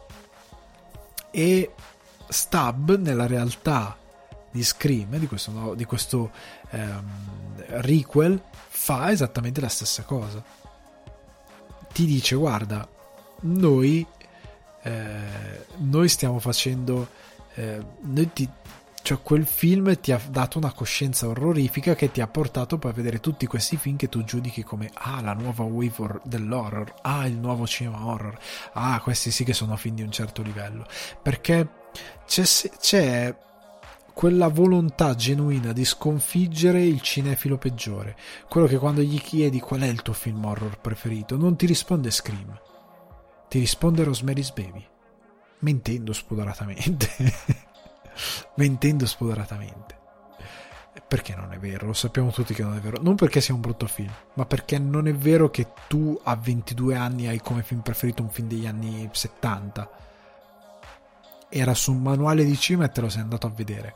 A: E Stab nella realtà di Scream, di questo, di questo ehm, requel, fa esattamente la stessa cosa. Ti dice: guarda, noi eh, noi stiamo facendo eh, noi ti cioè quel film ti ha dato una coscienza orrorifica che ti ha portato poi a vedere tutti questi film che tu giudichi come ah la nuova wave dell'horror, ah il nuovo cinema horror, ah questi sì che sono film di un certo livello, perché c'è, c'è quella volontà genuina di sconfiggere il cinefilo peggiore, quello che quando gli chiedi qual è il tuo film horror preferito non ti risponde Scream, ti risponde Rosemary's Baby, mentendo spudoratamente mentendo spudoratamente, perché non è vero, lo sappiamo tutti che non è vero, non perché sia un brutto film, ma perché non è vero che tu a ventidue anni hai come film preferito un film degli anni settanta, era su un manuale di cinema e te lo sei andato a vedere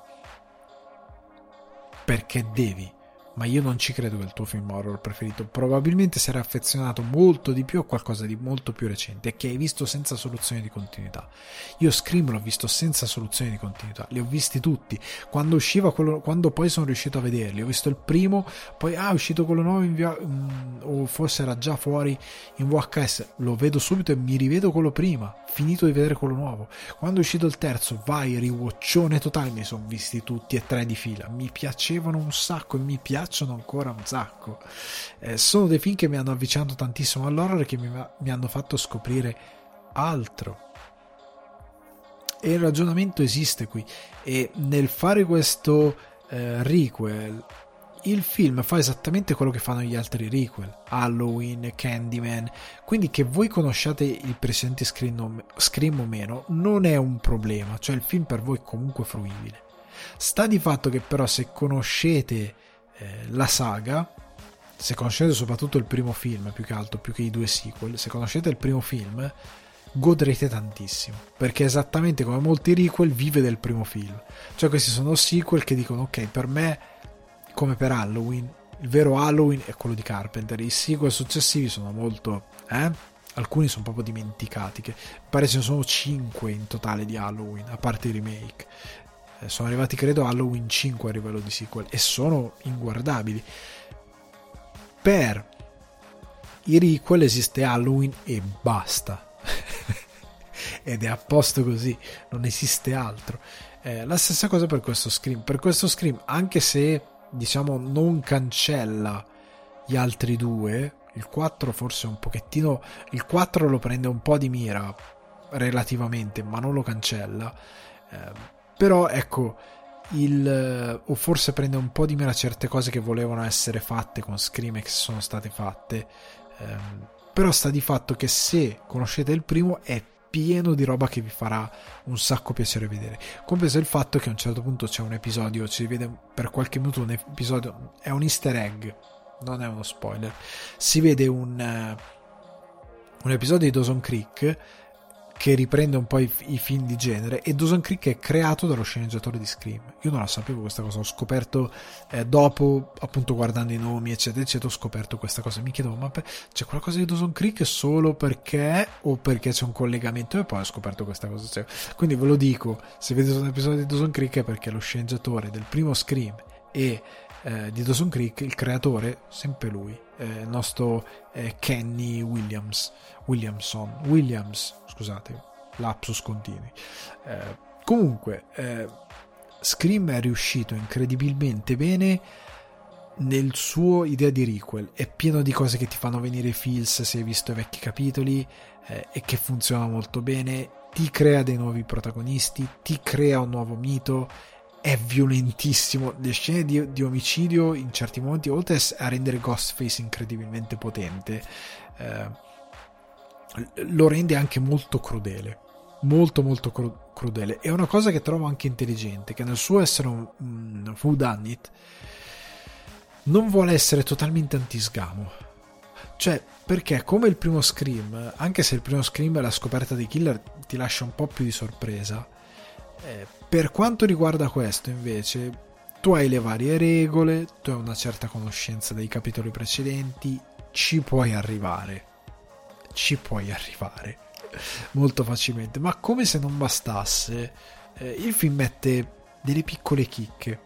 A: perché devi. Ma io non ci credo che il tuo film horror preferito, probabilmente sarai affezionato molto di più a qualcosa di molto più recente e che hai visto senza soluzione di continuità. Io Scream l'ho visto senza soluzione di continuità, li ho visti tutti, quando usciva quello, quando poi sono riuscito a vederli, ho visto il primo, poi ah è uscito quello nuovo in via, um, o forse era già fuori in V H S, lo vedo subito e mi rivedo quello prima, finito di vedere quello nuovo. Quando è uscito il terzo, vai, riwatchone totale, mi sono visti tutti e tre di fila, mi piacevano un sacco e mi piacciono ancora un sacco, eh, sono dei film che mi hanno avvicinato tantissimo all'horror e che mi, mi hanno fatto scoprire altro, e il ragionamento esiste qui, e nel fare questo eh, requel il film fa esattamente quello che fanno gli altri requel, Halloween, Candyman, quindi che voi conosciate il precedente Scream, Scream o meno non è un problema, cioè il film per voi è comunque fruibile. Sta di fatto che però se conoscete Eh, la saga se conoscete soprattutto il primo film, più che altro, più che i due sequel, se conoscete il primo film godrete tantissimo, perché esattamente come molti requel vive del primo film. Cioè questi sono sequel che dicono ok, per me, come per Halloween, il vero Halloween è quello di Carpenter, i sequel successivi sono molto eh? alcuni sono proprio dimenticati, che pare ce ne sono cinque in totale di Halloween, a parte i remake. Eh, sono arrivati credo Halloween cinque a livello di sequel e sono inguardabili. Per i requel esiste Halloween e basta. Ed è a posto così, non esiste altro. Eh, la stessa cosa per questo Scream. Per questo Scream, anche se diciamo non cancella gli altri due, il quattro forse un pochettino, il quattro lo prende un po' di mira relativamente, ma non lo cancella. Eh, però ecco, il o forse prende un po' di mira certe cose che volevano essere fatte con Scream e che sono state fatte. Eh, però sta di fatto che se conoscete il primo è pieno di roba che vi farà un sacco piacere vedere, compreso il fatto che a un certo punto c'è un episodio, ci vede per qualche minuto un episodio, è un easter egg, non è uno spoiler, si vede un un episodio di Dawson Creek che riprende un po' i, i film di genere, e Dawson Creek è creato dallo sceneggiatore di Scream. Io non la sapevo questa cosa, ho scoperto eh, dopo, appunto guardando i nomi eccetera eccetera, ho scoperto questa cosa. Mi chiedevo, ma per, c'è qualcosa di Dawson Creek solo perché o perché c'è un collegamento, e poi ho scoperto questa cosa. Cioè, quindi ve lo dico, se vedete un episodio di Dawson Creek è perché lo sceneggiatore del primo Scream e eh, di Dawson Creek, il creatore, sempre lui, eh, il nostro eh, Kenny Williams Williamson Williams scusate, lapsus continui. Eh, comunque eh, Scream è riuscito incredibilmente bene nel suo idea di requel, è pieno di cose che ti fanno venire i feels se hai visto i vecchi capitoli, eh, e che funziona molto bene, ti crea dei nuovi protagonisti, ti crea un nuovo mito, è violentissimo, le scene di, di omicidio in certi momenti, oltre a rendere Ghostface incredibilmente potente, eh, lo rende anche molto crudele, molto molto cru- crudele. È una cosa che trovo anche intelligente, che nel suo essere un, un whodunit non vuole essere totalmente antisgamo, cioè, perché come il primo Scream, anche se il primo Scream, la scoperta dei killer ti lascia un po' più di sorpresa, eh, per quanto riguarda questo invece tu hai le varie regole, tu hai una certa conoscenza dei capitoli precedenti, ci puoi arrivare ci puoi arrivare molto facilmente, ma come se non bastasse, eh, il film mette delle piccole chicche.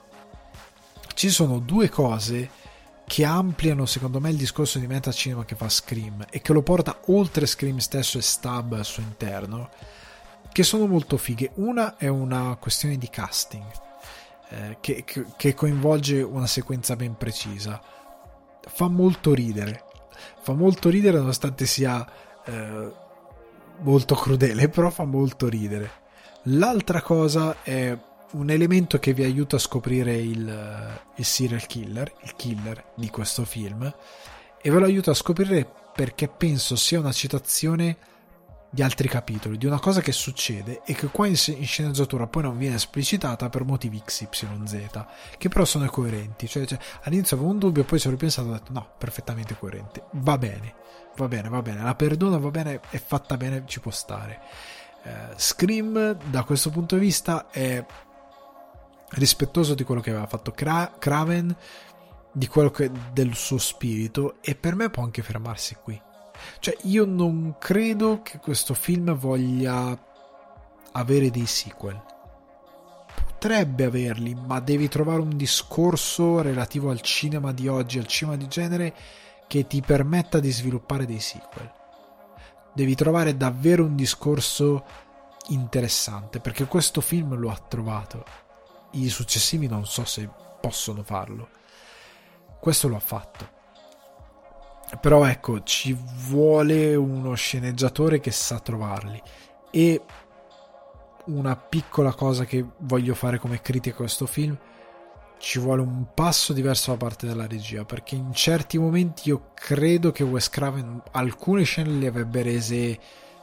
A: Ci sono due cose che ampliano secondo me il discorso di metacinema che fa Scream e che lo porta oltre Scream stesso e Stab al suo interno, che sono molto fighe. Una è una questione di casting, eh, che, che, che coinvolge una sequenza ben precisa, fa molto ridere fa molto ridere nonostante sia eh, molto crudele, però fa molto ridere. L'altra cosa è un elemento che vi aiuta a scoprire il, il serial killer, il killer di questo film, e ve lo aiuta a scoprire perché penso sia una citazione di altri capitoli, di una cosa che succede e che qua in, in sceneggiatura poi non viene esplicitata per motivi X Y Z, che però sono coerenti. Cioè, cioè all'inizio avevo un dubbio, poi ci ho ripensato e ho detto no, perfettamente coerente, va bene, va bene, va bene, la perdono, va bene, è fatta bene, ci può stare. eh, Scream da questo punto di vista è rispettoso di quello che aveva fatto Cra- Craven, di quello che del suo spirito, e per me può anche fermarsi qui. Cioè, io non credo che questo film voglia avere dei sequel. Potrebbe averli, ma devi trovare un discorso relativo al cinema di oggi, al cinema di genere, che ti permetta di sviluppare dei sequel. Devi trovare davvero un discorso interessante, perché questo film lo ha trovato. I successivi non so se possono farlo. Questo lo ha fatto. Però ecco, ci vuole uno sceneggiatore che sa trovarli. E una piccola cosa che voglio fare come critica a questo film: ci vuole un passo diverso da parte della regia, perché in certi momenti io credo che Wes Craven alcune scene le avrebbe rese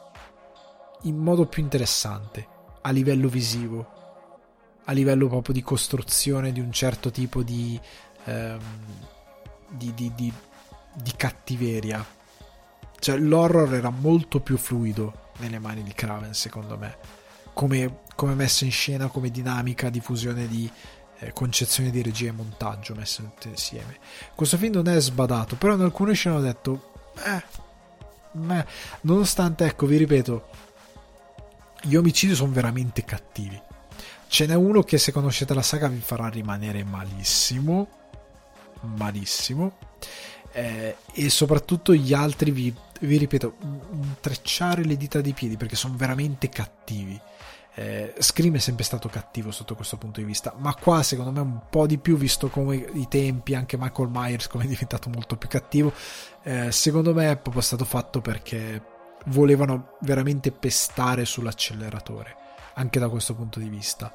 A: in modo più interessante a livello visivo, a livello proprio di costruzione di un certo tipo di ehm, di, di, di, di cattiveria. Cioè l'horror era molto più fluido nelle mani di Craven, secondo me, come, come messa in scena, come dinamica, diffusione di eh, concezione di regia e montaggio messe insieme. Questo film non è sbadato, però in alcune scene ho detto eh, meh. Nonostante, ecco, vi ripeto, gli omicidi sono veramente cattivi. Ce n'è uno che, se conoscete la saga, vi farà rimanere malissimo malissimo eh, e soprattutto gli altri vi, vi ripeto, intrecciare le dita dei piedi, perché sono veramente cattivi. eh, Scream è sempre stato cattivo sotto questo punto di vista, ma qua secondo me un po' di più, visto come i tempi, anche Michael Myers come è diventato molto più cattivo. eh, secondo me è proprio stato fatto perché volevano veramente pestare sull'acceleratore anche da questo punto di vista,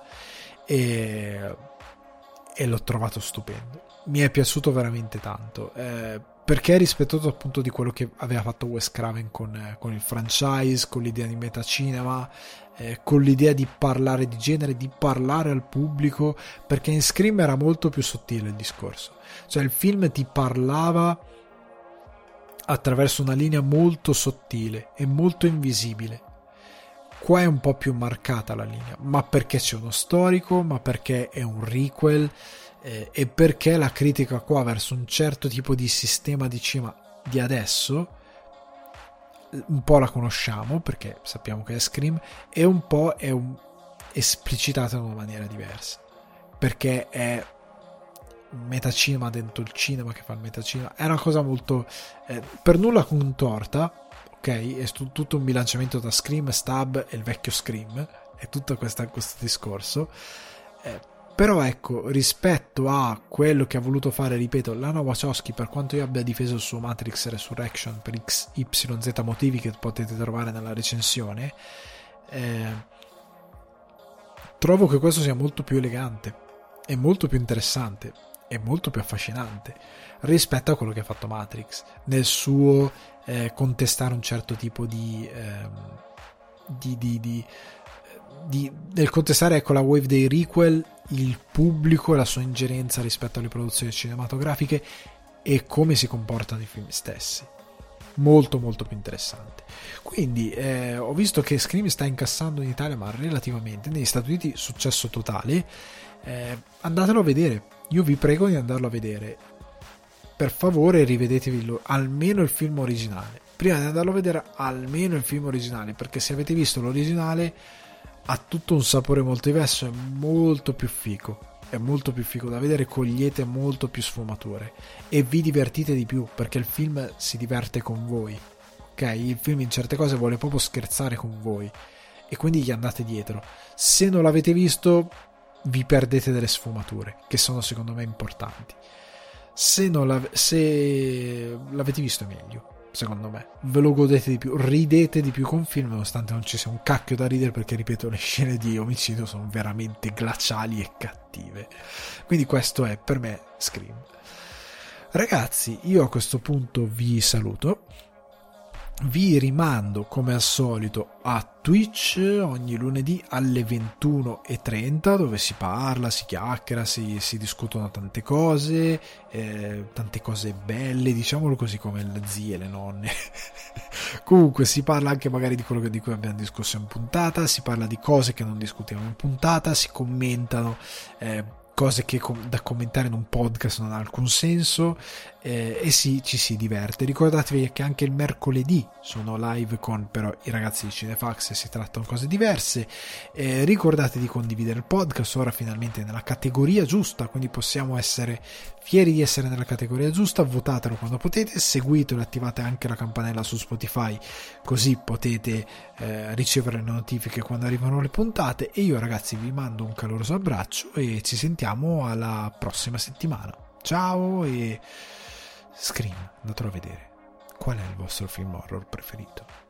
A: e, e l'ho trovato stupendo, mi è piaciuto veramente tanto, eh, perché è rispettoso appunto di quello che aveva fatto Wes Craven con, eh, con il franchise, con l'idea di metacinema, eh, con l'idea di parlare di genere, di parlare al pubblico, perché in Scream era molto più sottile il discorso, cioè il film ti parlava attraverso una linea molto sottile e molto invisibile. Qua è un po' più marcata la linea, ma perché c'è uno storico, ma perché è un requel, eh, e perché la critica qua verso un certo tipo di sistema di cinema di adesso un po' la conosciamo, perché sappiamo che è Scream, e un po' è un, esplicitata in una maniera diversa, perché è metacinema dentro il cinema che fa il metacinema. È una cosa molto eh, per nulla contorta, ok? È tutto un bilanciamento tra Scream, Stab e il vecchio Scream, è tutto questa, questo discorso, eh, però ecco, rispetto a quello che ha voluto fare, ripeto, Lana Wachowski, per quanto io abbia difeso il suo Matrix Resurrection per X Y Z motivi che potete trovare nella recensione, eh, trovo che questo sia molto più elegante e molto più interessante e molto più affascinante rispetto a quello che ha fatto Matrix nel suo eh, contestare un certo tipo di, eh, di, di, di, di nel contestare, ecco, la wave dei requel, il pubblico e la sua ingerenza rispetto alle produzioni cinematografiche e come si comportano i film stessi. Molto molto più interessante. Quindi eh, ho visto che Scream sta incassando in Italia, ma relativamente, negli Stati Uniti successo totale. eh, andatelo a vedere, io vi prego di andarlo a vedere, per favore. Rivedetevi lo, almeno il film originale prima di andarlo a vedere, almeno il film originale, perché se avete visto l'originale ha tutto un sapore molto diverso, è molto più figo, è molto più figo da vedere, cogliete molto più sfumature e vi divertite di più, perché il film si diverte con voi, ok? Il film in certe cose vuole proprio scherzare con voi e quindi gli andate dietro. Se non l'avete visto vi perdete delle sfumature che sono secondo me importanti. Se, non l'ave- se l'avete visto è meglio, secondo me, ve lo godete di più, ridete di più con film, nonostante non ci sia un cacchio da ridere, perché ripeto, le scene di omicidio sono veramente glaciali e cattive. Quindi questo è per me Scream. Ragazzi, io a questo punto vi saluto, vi rimando come al solito a Twitch ogni lunedì alle ventuno e trenta, dove si parla, si chiacchiera, si, si discutono tante cose, eh, tante cose belle, diciamolo così, come le zie, le nonne. Comunque si parla anche magari di quello di cui abbiamo discusso in puntata, si parla di cose che non discutiamo in puntata, si commentano eh, cose che com- da commentare in un podcast non ha alcun senso, eh, e sì, ci si diverte. Ricordatevi che anche il mercoledì sono live con però i ragazzi di Cinefax e si trattano cose diverse. Eh, ricordate di condividere il podcast, ora finalmente nella categoria giusta, quindi possiamo essere fieri di essere nella categoria giusta. Votatelo quando potete, seguitelo e attivate anche la campanella su Spotify, così potete eh, ricevere le notifiche quando arrivano le puntate. E io, ragazzi, vi mando un caloroso abbraccio e ci sentiamo alla prossima settimana. Ciao. E Scream, andatelo a vedere. Qual è il vostro film horror preferito?